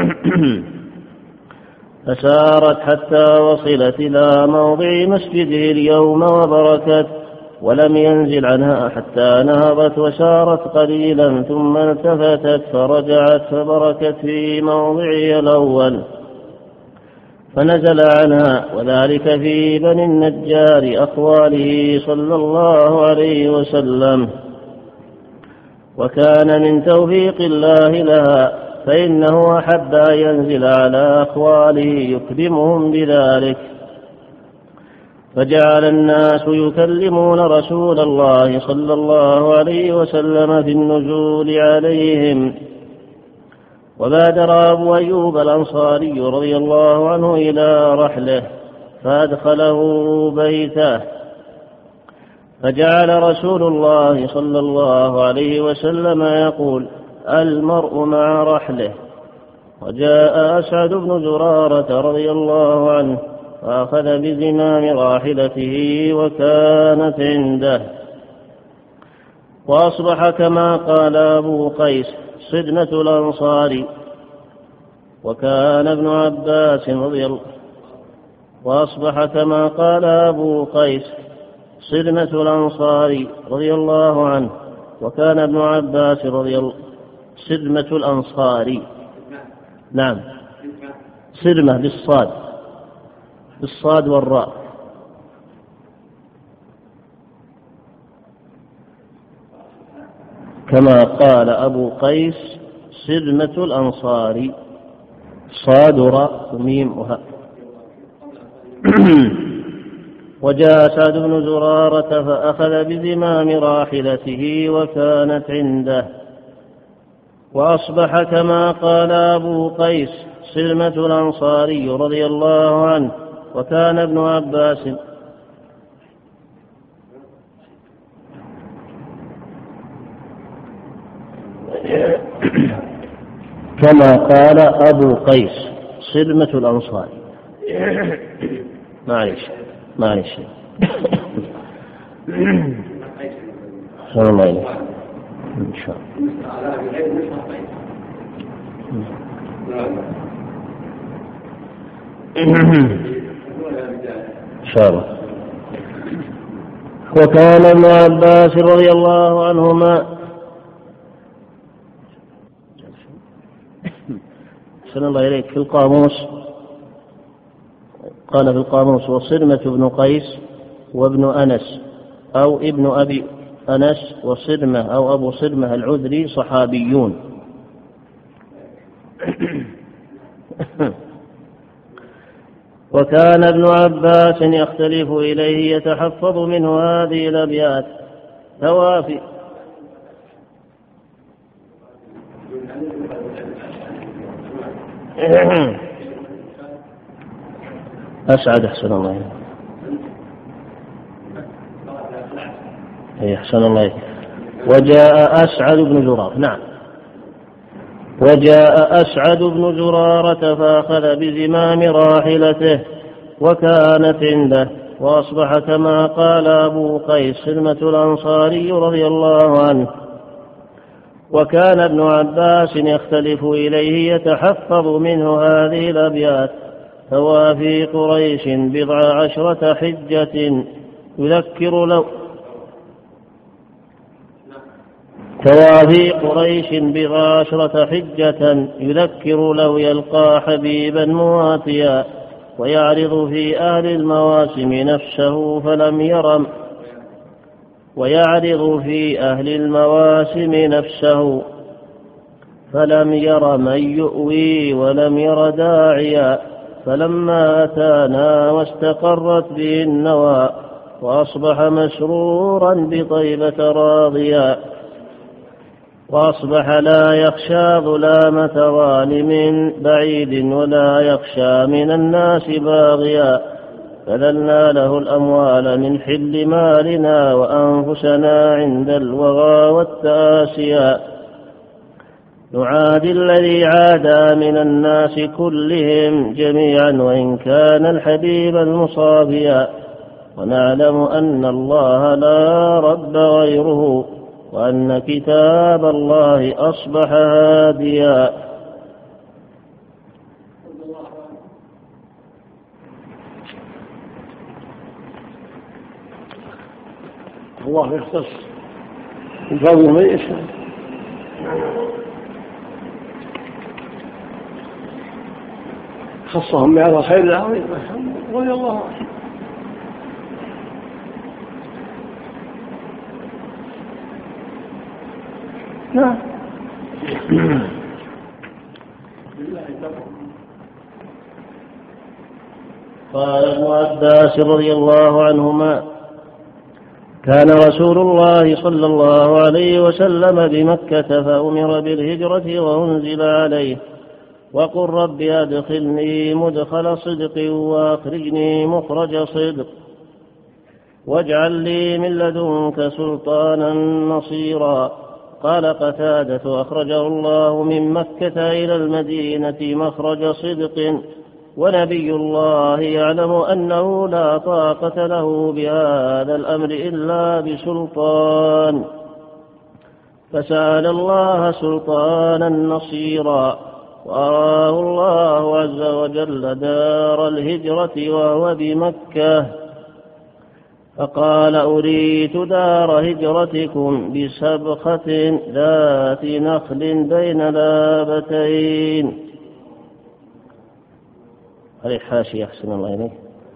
فسارت حتى وصلت إلى موضع مسجده اليوم وبركت، ولم ينزل عنها حتى نهضت وسارت قليلا ثم التفتت فرجعت فبركت في موضعها الأول، فنزل عنها، وذلك في بني النجار أقواله صلى الله عليه وسلم. وكان من توفيق الله لها، فإنه أحب أن ينزل على أقواله يكرمهم بذلك، فجعل الناس يكلمون رسول الله صلى الله عليه وسلم في النزول عليهم. وبادر أبو أيوب الأنصاري رضي الله عنه إلى رحله فأدخله بيته، فجعل رسول الله صلى الله عليه وسلم يقول المرء مع رحله. وجاء أسعد بن زرارة رضي الله عنه فأخذ بزمام راحلته وكانت عنده. وأصبح كما قال أبو قيس صدمة الأنصار، وكان ابن عباس رضي الله وأصبح كما قال أبو قيس صدمة الأنصار رضي الله عنه، وكان ابن عباس رضي الله صدمة الأنصار نعم صدمة بالصاد بالصاد والراء. كما قال أبو قيس صدمة الأنصار صاد وراء وميم وهاء. وجاء سعد بن زرارة فأخذ بزمام راحلته وكانت عنده. وأصبح كما قال أبو قيس صدمة الأنصاري رضي الله عنه، وكان ابن عباس كما قال أبو قيس صدمة الأنصار. معلش معلش صلى الله عليه إن شاء الله. وكان ابن عباس رضي الله عنهما صلى الله عليه في القاموس قال في القاموس وصدمة بن قيس وابن أنس أو ابن أبي أنس وصدمة أو أبو صدمة العذري صحابيون. وكان ابن عباس يختلف إليه يتحفظ منه هذه الأبيات توافي أسعد أحسن الله إليك. أحسن الله إليك. وجاء أسعد بن زرارة نعم وجاء أسعد بن زرارة فأخذ بزمام راحلته وكانت عنده وأصبح كما قال أبو قيس سلمة الأنصاري رضي الله عنه. وكان ابن عباس يختلف إليه يتحفظ منه هذه الأبيات توافي قريش بضع عشرة حجة يذكر لو توافي قريش بضع عشرة حجة يذكر لو يلقى حبيبا مواتيا ويعرض في أهل المواسم نفسه فلم يرم ويعرض في أهل المواسم نفسه فلم ير من يؤوي ولم ير داعيا فلما أتانا واستقرت به النوى وأصبح مسرورا بطيبة راضيا وأصبح لا يخشى ظلامة ظالم بعيد ولا يخشى من الناس باغيا فذلنا له الأموال من حل مالنا وأنفسنا عند الوغى والتآسيا نعادي الذي عادى من الناس كلهم جميعا وإن كان الحبيب المصافيا ونعلم أن الله لا رب غيره وأن كتاب الله أصبح هاديا. الله يختص بفضل من يشاء خصهم بهذا الخير العظيم رضي الله عنه. نعم قال ابن عباس رضي الله عنهما كان رسول الله صلى الله عليه وسلم بمكة فأمر بالهجرة وأنزل عليه وقل رب أدخلني مدخل صدق وأخرجني مخرج صدق واجعل لي من لدنك سلطانا نصيرا. قال قتادة أخرجه الله من مكة إلى المدينة مخرج صدق ونبي الله يعلم أنه لا طاقة له بهذا الأمر إلا بسلطان فسأل الله سلطانا نصيرا وأراه الله عز وجل دار الهجرة وهو بمكة فقال أريت دار هجرتكم بسبخة ذات نخل بين لابتين. هذه حاشية أحسن الله إليه.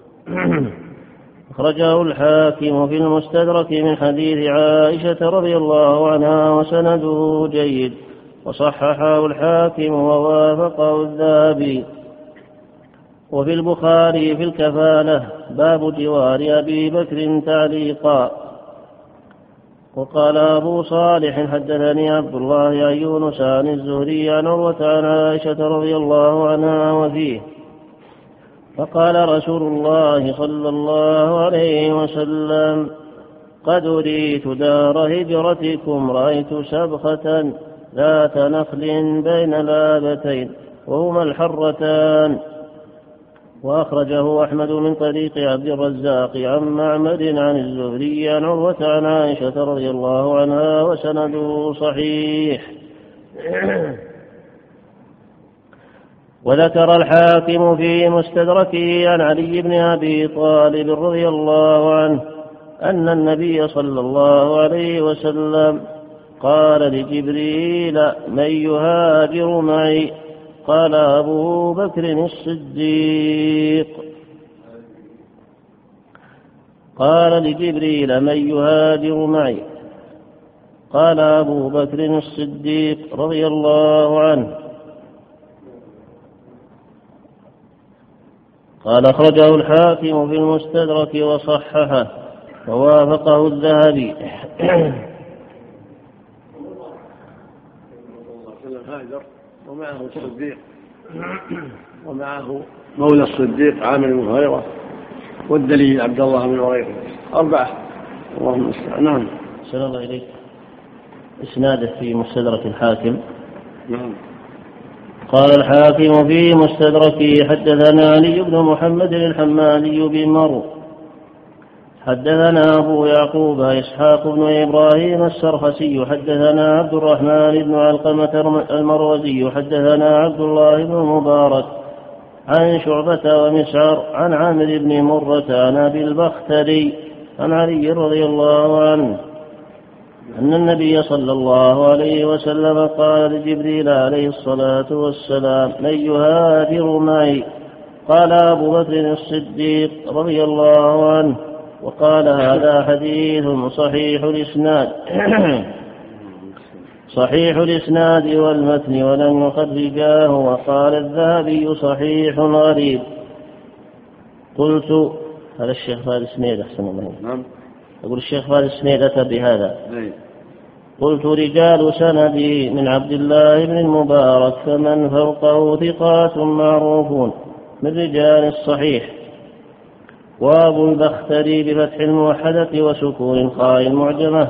أخرجه الحاكم في المستدرك من حديث عائشة رضي الله عنها وسنده جيد وصححه الحاكم ووافقه الذهبي. وفي البخاري في الكفالة باب جوار أبي بكر تعليقا. وقال أبو صالح حدثني عبد الله عن يونس عن الزهري عن عروة عن عائشة رضي الله عنها وفيه فقال رسول الله صلى الله عليه وسلم قد أريت دار هجرتكم رأيت سبخة ذات نخل بين لابتين وهما الحرتان. وأخرجه أحمد من طريق عبد الرزاق عن معمر عن الزهري عن عروة عن عائشة رضي الله عنها وسنده صحيح. وذكر الحاكم في مستدركه عن علي بن أبي طالب رضي الله عنه أن النبي صلى الله عليه وسلم قال لجبريل من يهاجر معي؟ قال أبو بكر الصديق. قال لجبريل من يهاجر معي؟ قال أبو بكر الصديق رضي الله عنه. قال أخرجه الحاكم في المستدرك وصححه ووافقه الذهبي. هاجر ومعه الصديق ومعه مولى الصديق عامر بن هريرة والدليل عبد الله بن هريرة أربعة. اللهم المستعان. نعم. صلى الله عليك. إسناده في مستدرك الحاكم. نعم. قال الحاكم في مستدركه حدثنا علي بن محمد الحمالي بمرو حدثنا أبو يعقوب إسحاق بن إبراهيم السرخسي حدثنا عبد الرحمن بن علقمة المروزي حدثنا عبد الله بن المبارك عن شعبة ومسعر عن عامر بن مرة عن أبي البختري عن علي رضي الله عنه أن النبي صلى الله عليه وسلم قال لجبريل عليه الصلاة والسلام: من يهاجر معي؟ قال أبو بكر الصديق رضي الله عنه. وقال هذا حديث صحيح الإسناد صحيح الإسناد والمتن ولم يخرجاه. وقال الذهبي صحيح غريب. قلت هذا الشيخ فهد سنيد أحسن الله. نعم. يقول الشيخ فهد سنيد أتى بهذا. قلت رجال سندي من عبد الله بن المبارك فمن فوقه ثقات معروفون من رجال الصحيح. وابو البختري بفتح الموحدة وسكون الخاء المعجمة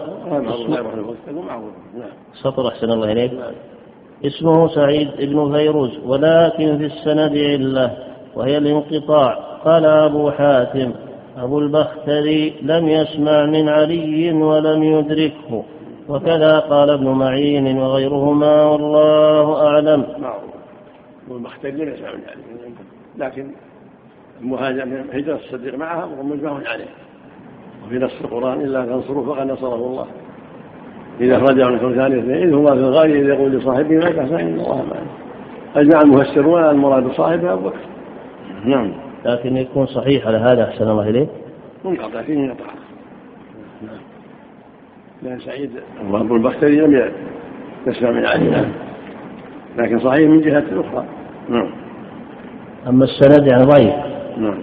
سطر أحسن الله إليك اسمه سعيد بن فيروز ولكن في السند علة وهي الانقطاع. قال أبو حاتم: أبو البختري لم يسمع من علي ولم يدركه. وكذا قال ابن معين وغيرهما والله أعلم. والبختري لم يسمع من علي لكن المهاجر من هجرة الصديق معها ومجمع عليه. وفي نص القرآن: إلا تنصروا فقد نصره الله إذا رجعوا من ثاني اثنين إذ هما في الغار إذ يقول لصاحبه ما تحزن إن الله معنا. أجمع المفسرون على المراد صاحبه أبو بكر. نعم. لكن يكون صحيح على هذا أحسن الله إليه منقطع فيه منقطع. نعم. لأن سعيد أبو البختري لم يسمع من علي لكن صحيح من جهة أخرى. نعم. أما السند يعني ضعيف. نعم.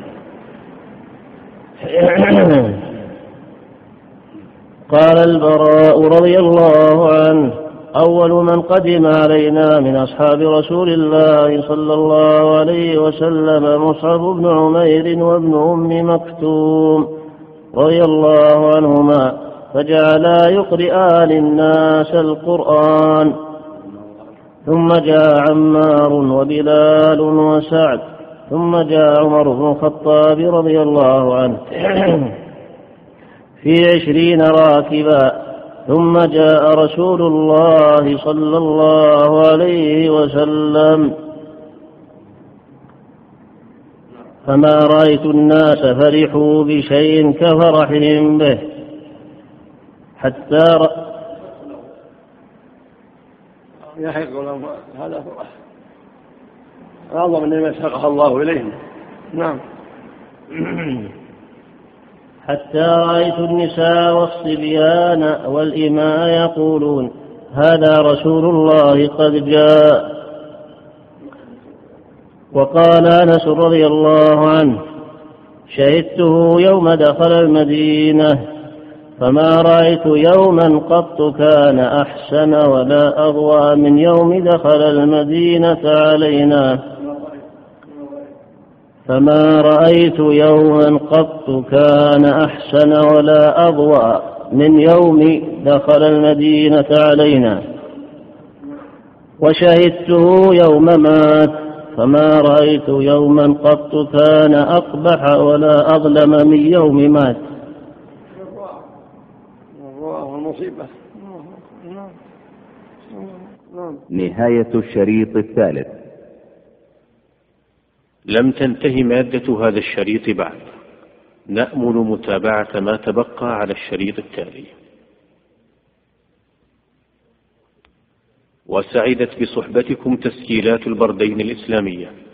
قال البراء رضي الله عنه: أول من قدم علينا من أصحاب رسول الله صلى الله عليه وسلم مصعب بن عمير وابن أم مكتوم رضي الله عنهما فجعلا يقرئان الناس القرآن. ثم جاء عمار وبلال وسعد ثم جاء عمر بن الخطاب رضي الله عنه في عشرين راكبا. ثم جاء رسول الله صلى الله عليه وسلم فما رأيت الناس فرحوا بشيء كفرحهم به حتى رأى يحق لهم هذا فرح أعظم من ما ساقها الله إليهم. نعم. حتى رأيت النساء والصبيان والإماء يقولون: هذا رسول الله قد جاء. وقال أنس رضي الله عنه: شهدته يوم دخل المدينة فما رأيت يوما قط كان أحسن ولا أضوى من يوم دخل المدينة علينا فما رأيت يوما قط كان أحسن ولا أضوى من يوم دخل المدينة علينا. وشهدته يوم مات فما رأيت يوما قط كان أقبح ولا أظلم من يوم مات. نهاية الشريط الثالث. لم تنتهي مادة هذا الشريط بعد، نأمل متابعة ما تبقى على الشريط التالي. وسعدت بصحبتكم تسجيلات البردين الإسلامية.